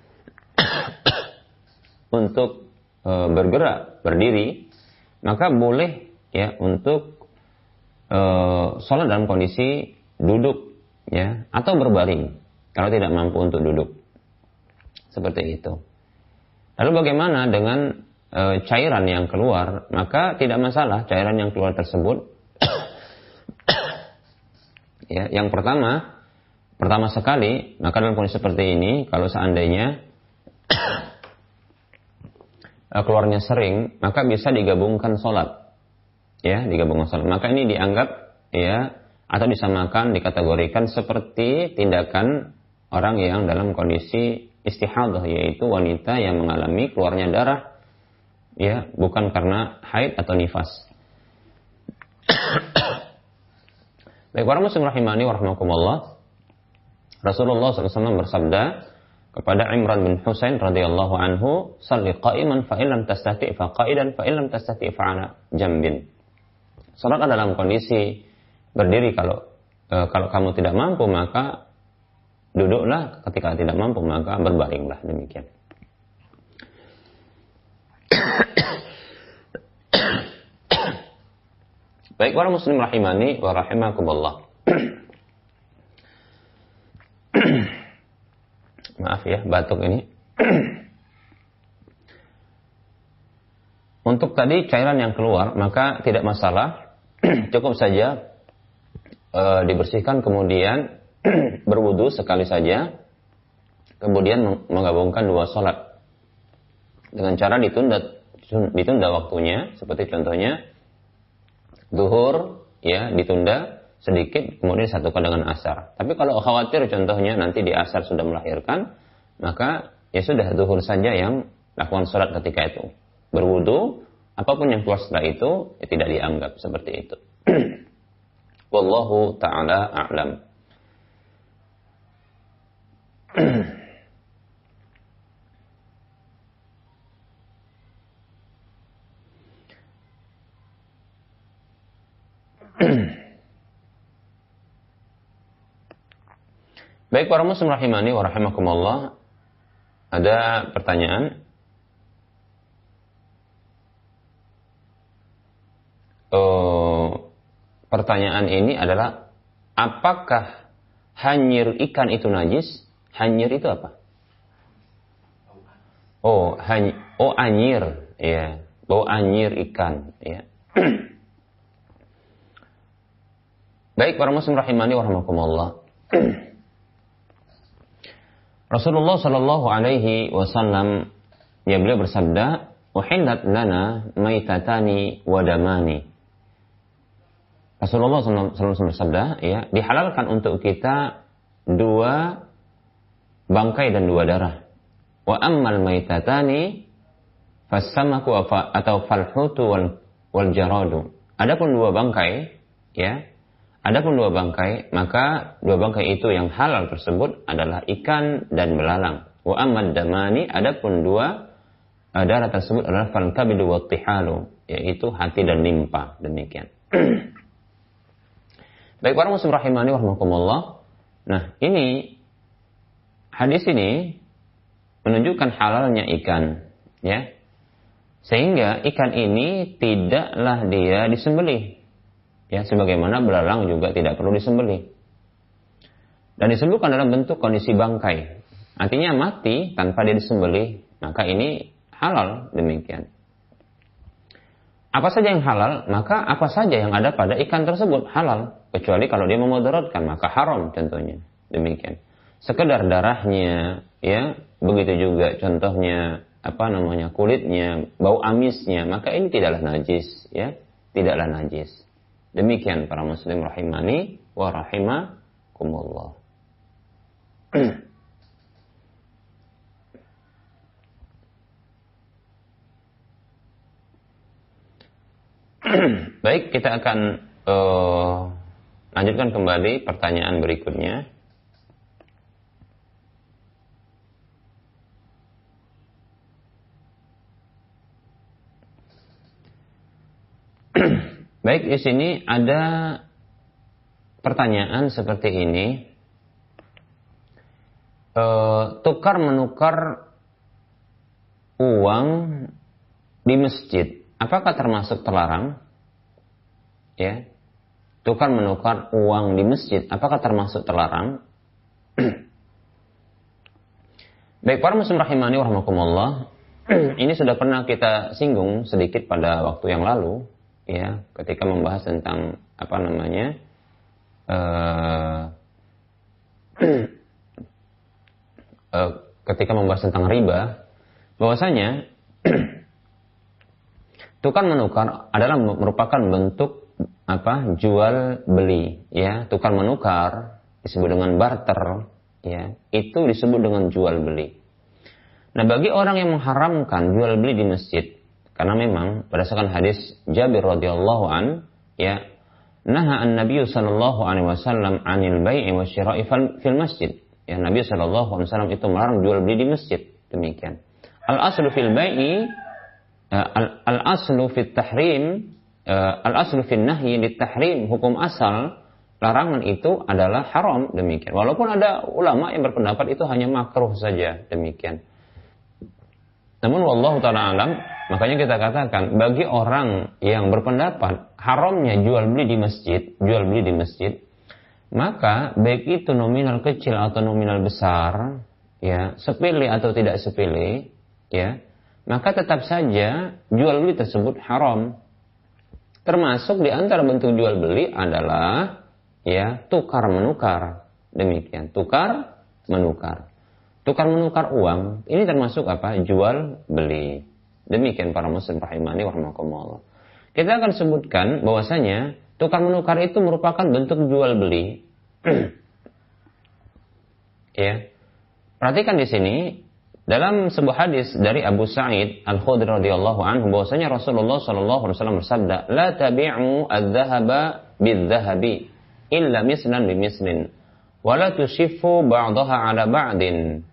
untuk e, bergerak, berdiri, maka boleh, ya, untuk e, sholat dalam kondisi duduk, ya, atau berbaring kalau tidak mampu untuk duduk. Seperti itu. Lalu bagaimana dengan e, cairan yang keluar? Maka tidak masalah cairan yang keluar tersebut. Ya, yang pertama, pertama sekali, maka dalam kondisi seperti ini, kalau seandainya keluarnya sering, maka bisa digabungkan sholat, ya, digabungkan sholat. Maka ini dianggap, ya, atau disamakan, dikategorikan seperti tindakan orang yang dalam kondisi istihadah, yaitu wanita yang mengalami keluarnya darah, ya, bukan karena haid atau nifas. Baik, para muslim rahimani wa rahimakumullah, Rasulullah shallallahu alaihi wasallam bersabda kepada Imran bin Husain radhiyallahu anhu, "Shalli qa'iman fa illam tastati' fa qa'idan fa illam tastati' fa 'ala jambin." Salatlah dalam kondisi berdiri, kalau e, kalau kamu tidak mampu maka duduklah, ketika tidak mampu maka berbaringlah, demikian. Baik, para muslim rahimani wa rahimakumullah. Maaf ya, batuk ini. Untuk tadi cairan yang keluar, maka tidak masalah. Cukup saja e, dibersihkan, kemudian berwudu sekali saja, kemudian menggabungkan dua sholat dengan cara ditunda ditunda waktunya, seperti contohnya zuhur, ya, ditunda sedikit, kemudian satukan dengan asar. Tapi kalau khawatir contohnya nanti di asar sudah melahirkan, maka ya sudah zuhur saja yang lakukan sholat ketika itu. Berwudu, apapun yang keluar setelah itu ya tidak dianggap seperti itu. Wallahu ta'ala a'lam. Baik, para muslim rahimani wa rahimakumullah, ada pertanyaan. Uh, pertanyaan ini adalah, apakah hanyir ikan itu najis? Hanyir itu apa? Oh, hany oh anyir, ya. Bau anyir ikan, ya. Baik, para muslim rahimani wa rahimakumullah. Rasulullah sallallahu alaihi wasallam, ya, beliau bersabda, "Uhillat lana maitatani wa damani." Rasulullah sallallahu alaihi wasallam bersabda, ya, dihalalkan untuk kita dua bangkai dan dua darah. Wa ammal maitatani fassamaku atau falhutu wal, wal jaradu. Adapun dua bangkai, ya. Adapun dua bangkai, maka dua bangkai itu yang halal tersebut adalah ikan dan belalang. Wa ammad damani, adapun dua darah tersebut adalah fal kabidu wat tihalu, yaitu hati dan limpa. Demikian. Baik para muslim rahimani wa rahmakumullah. Nah, ini hadis ini menunjukkan halalnya ikan, ya. Sehingga ikan ini tidaklah dia disembelih. Ya, sebagaimana belalang juga tidak perlu disembelih. Dan disebutkan dalam bentuk kondisi bangkai. Artinya mati tanpa dia disembelih, maka ini halal demikian. Apa saja yang halal, maka apa saja yang ada pada ikan tersebut halal. Kecuali kalau dia memudaratkan, maka haram tentunya. Demikian. Sekedar darahnya, ya, begitu juga contohnya, apa namanya, kulitnya, bau amisnya, maka ini tidaklah najis, ya, tidaklah najis. Demikian para muslim rahimani wa rahimakumullah. Baik, kita akan uh, lanjutkan kembali pertanyaan berikutnya. Baik, di sini ada pertanyaan seperti ini. E, tukar menukar uang di masjid, apakah termasuk terlarang? Ya, tukar menukar uang di masjid, apakah termasuk terlarang? Baik, para muslim rahimani wa rahmakumullah. Ini sudah pernah kita singgung sedikit pada waktu yang lalu. Ya, ketika membahas tentang apa namanya uh, uh, ketika membahas tentang riba, bahwasanya tukar menukar adalah merupakan bentuk apa jual beli, ya. Tukar menukar disebut dengan barter, ya, itu disebut dengan jual beli. Nah, bagi orang yang mengharamkan jual beli di masjid, karena memang berdasarkan hadis Jabir radhiyallahu an, ya, naha an-nabiy sallallahu alaihi wasallam 'anil bai'i wasyira'i fil masjid. Ya, Nabi sallallahu alaihi wasallam itu melarang jual beli di masjid. Demikian. Al-aslu fil bai'i al-aslu fit tahrim, al-aslu fil nahyi lit tahrim, hukum asal larangan itu adalah haram, demikian. Walaupun ada ulama yang berpendapat itu hanya makruh saja, demikian. Namun wallahu ta'ala alam, makanya kita katakan bagi orang yang berpendapat haramnya jual beli di masjid, jual beli di masjid, maka baik itu nominal kecil atau nominal besar, ya, sepele atau tidak sepele, ya, maka tetap saja jual beli tersebut haram. Termasuk di antara bentuk jual beli adalah, ya, tukar menukar. Demikian, tukar menukar. Tukar menukar uang, ini termasuk apa? Jual beli. Demikian para muslim rahimani wa rahmakumullah. Kita akan sebutkan bahwasanya tukar menukar itu merupakan bentuk jual beli. Ya. Perhatikan di sini dalam sebuah hadis dari Abu Sa'id Al-Khudri radhiyallahu anhu bahwasanya Rasulullah sallallahu alaihi wasallam bersabda, "La tabi'u adz-dzahaba bidz-dzahabi illa mislan bimislin, wa la tushiffu ba'daha 'ala ba'din."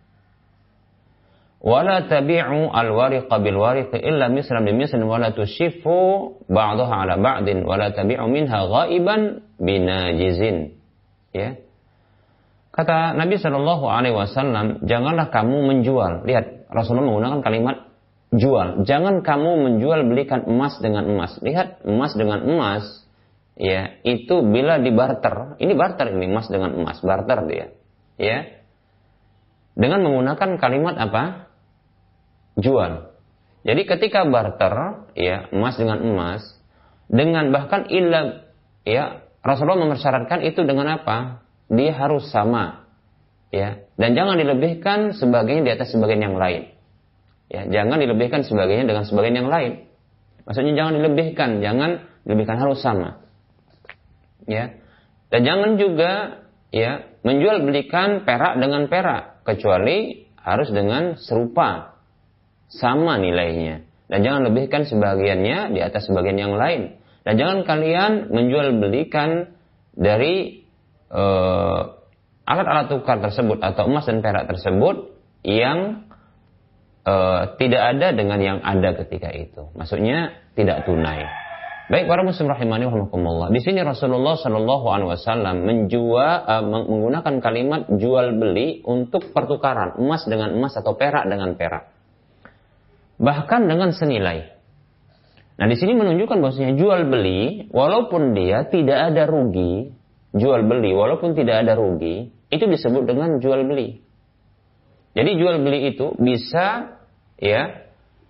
Wala tabi'u al-wariqa bil-wariqi illa mislan bimislan wala tushiffu ba'daha 'ala ba'din wala tabi'u minha ghaiban binajizin. Ya. Kata Nabi sallallahu alaihi wasallam, janganlah kamu menjual. Lihat, Rasulullah menggunakan kalimat jual. Jangan kamu menjual belikan emas dengan emas. Lihat, emas dengan emas, ya, itu bila dibarter. Ini barter, ini emas dengan emas, barter dia. Ya. Dengan menggunakan kalimat apa? Jual. Jadi ketika barter, ya, emas dengan emas, dengan bahkan illa, ya, Rasulullah mempersyaratkan itu dengan apa? Dia harus sama, ya, dan jangan dilebihkan sebagian di atas sebagian yang lain, ya, jangan dilebihkan sebagainya dengan sebagian yang lain. Maksudnya jangan dilebihkan, jangan dilebihkan, harus sama, ya, dan jangan juga, ya, menjual belikan perak dengan perak, kecuali harus dengan serupa, sama nilainya. Dan jangan lebihkan sebagiannya di atas sebagian yang lain. Dan jangan kalian menjual belikan dari uh, alat-alat tukar tersebut atau emas dan perak tersebut yang uh, tidak ada dengan yang ada ketika itu. Maksudnya tidak tunai. Baik para muslim rahimani wa rahimakumullah. Di sini Rasulullah Shallallahu Alaihi Wasallam menjual uh, menggunakan kalimat jual beli untuk pertukaran emas dengan emas atau perak dengan perak. Bahkan dengan senilai. Nah di sini menunjukkan bahwasanya jual beli walaupun dia tidak ada rugi, jual beli walaupun tidak ada rugi, itu disebut dengan jual beli. Jadi jual beli itu bisa ya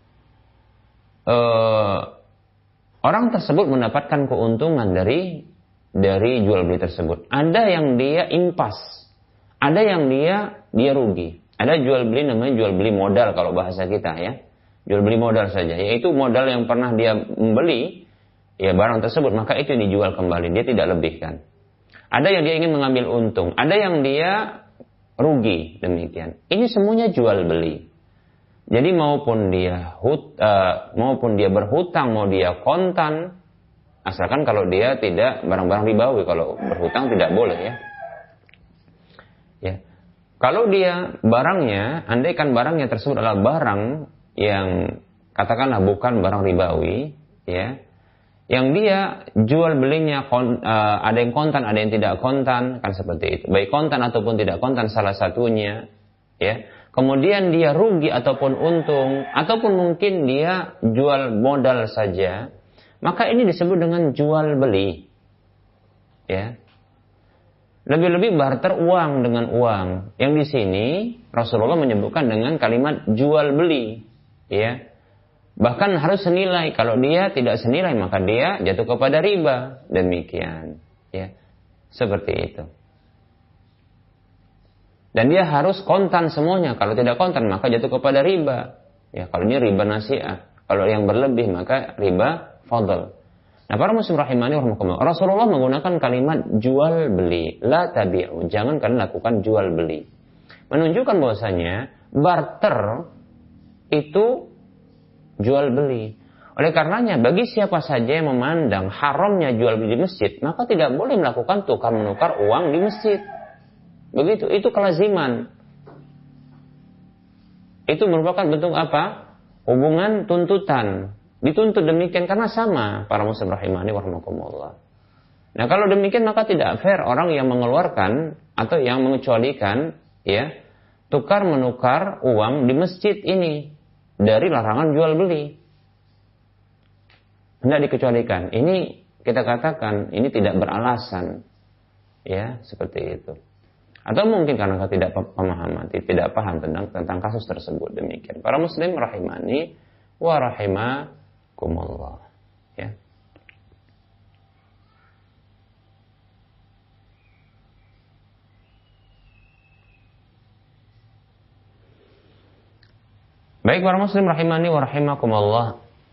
eh, orang tersebut mendapatkan keuntungan dari dari jual beli tersebut. Ada yang dia impas, ada yang dia dia rugi. Ada jual beli namanya jual beli modal kalau bahasa kita ya. Jual beli modal saja, yaitu modal yang pernah dia membeli ya barang tersebut, maka itu dijual kembali, dia tidak lebihkan. Ada yang dia ingin mengambil untung, ada yang dia rugi, demikian. Ini semuanya jual beli. Jadi maupun dia hut, uh, maupun dia berhutang, mau dia kontan, asalkan kalau dia tidak barang-barang ribawi, kalau berhutang tidak boleh ya. Ya, kalau dia barangnya, andaikan barangnya tersebut adalah barang yang katakanlah bukan barang ribawi, ya, yang dia jual belinya kon, uh, ada yang kontan, ada yang tidak kontan, kan seperti itu. Baik kontan ataupun tidak kontan salah satunya, ya. Kemudian dia rugi ataupun untung, ataupun mungkin dia jual modal saja, maka ini disebut dengan jual beli, ya. Lebih-lebih barter uang dengan uang. Yang di sini Rasulullah menyebutkan dengan kalimat jual beli. Ya, bahkan harus senilai. Kalau dia tidak senilai maka dia jatuh kepada riba. Demikian, ya, seperti itu. Dan dia harus kontan semuanya. Kalau tidak kontan maka jatuh kepada riba. Ya, kalau ini riba nasi'ah. Kalau yang berlebih maka riba fadl. Nah, para muslim rahimani wa rahimakumullah. Rasulullah menggunakan kalimat jual beli, la tabi'u. Jangan kalian lakukan jual beli. Menunjukkan bahwasanya barter itu jual beli. Oleh karenanya bagi siapa saja yang memandang haramnya jual beli di masjid, maka tidak boleh melakukan tukar menukar uang di masjid. Begitu, itu kelaziman. Itu merupakan bentuk apa? Hubungan tuntutan. Dituntut demikian karena sama para muslim rahimani wa rahimakumullah. Nah, kalau demikian maka tidak fair orang yang mengeluarkan atau yang mengecualikan ya tukar menukar uang di masjid ini dari larangan jual beli. Tidak dikecualikan. Ini kita katakan ini tidak beralasan. Ya, seperti itu. Atau mungkin karena tidak pemahaman, tidak paham tentang tentang kasus tersebut. Demikian. Para muslim rahimani wa rahimakumullah. Ya. Baik para muslim rahimani wa rahimakumullah.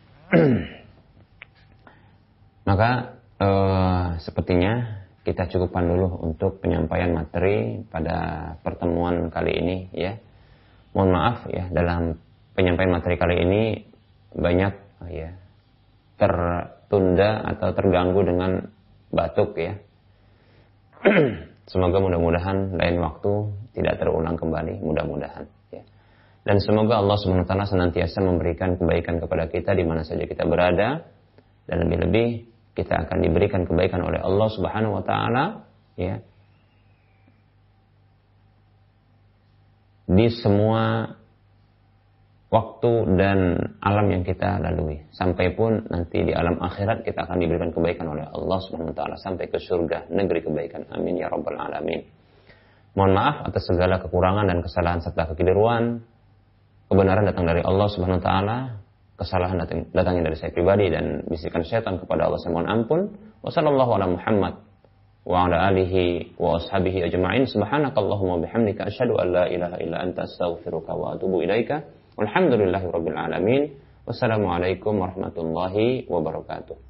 Maka uh, sepertinya kita cukupkan dulu untuk penyampaian materi pada pertemuan kali ini ya. Mohon maaf ya dalam penyampaian materi kali ini banyak uh, ya tertunda atau terganggu dengan batuk ya. Semoga mudah-mudahan lain waktu tidak terulang kembali, mudah-mudahan. Dan semoga Allah subhanahu wa taala senantiasa memberikan kebaikan kepada kita di mana saja kita berada. Dan lebih-lebih kita akan diberikan kebaikan oleh Allah subhanahu wa taala ya, di semua waktu dan alam yang kita lalui. Sampai pun nanti di alam akhirat kita akan diberikan kebaikan oleh Allah subhanahu wa taala sampai ke surga, negeri kebaikan. Amin ya rabbal alamin. Mohon maaf atas segala kekurangan dan kesalahan serta kekeliruan. Kebenaran datang dari Allah subhanahu wa ta'ala, kesalahan datang, datangnya dari saya pribadi dan bisikan syaitan kepada Allah, saya mohon ampun. Wa sallallahu ala Muhammad wa ala alihi wa ashabihi ajma'in. Subhanakallahumma bihamdika asyhadu an la ilaha illa anta astaghfiruka wa atubu ilaika. Walhamdulillahi rabbil alamin. Wassalamualaikum warahmatullahi wabarakatuh.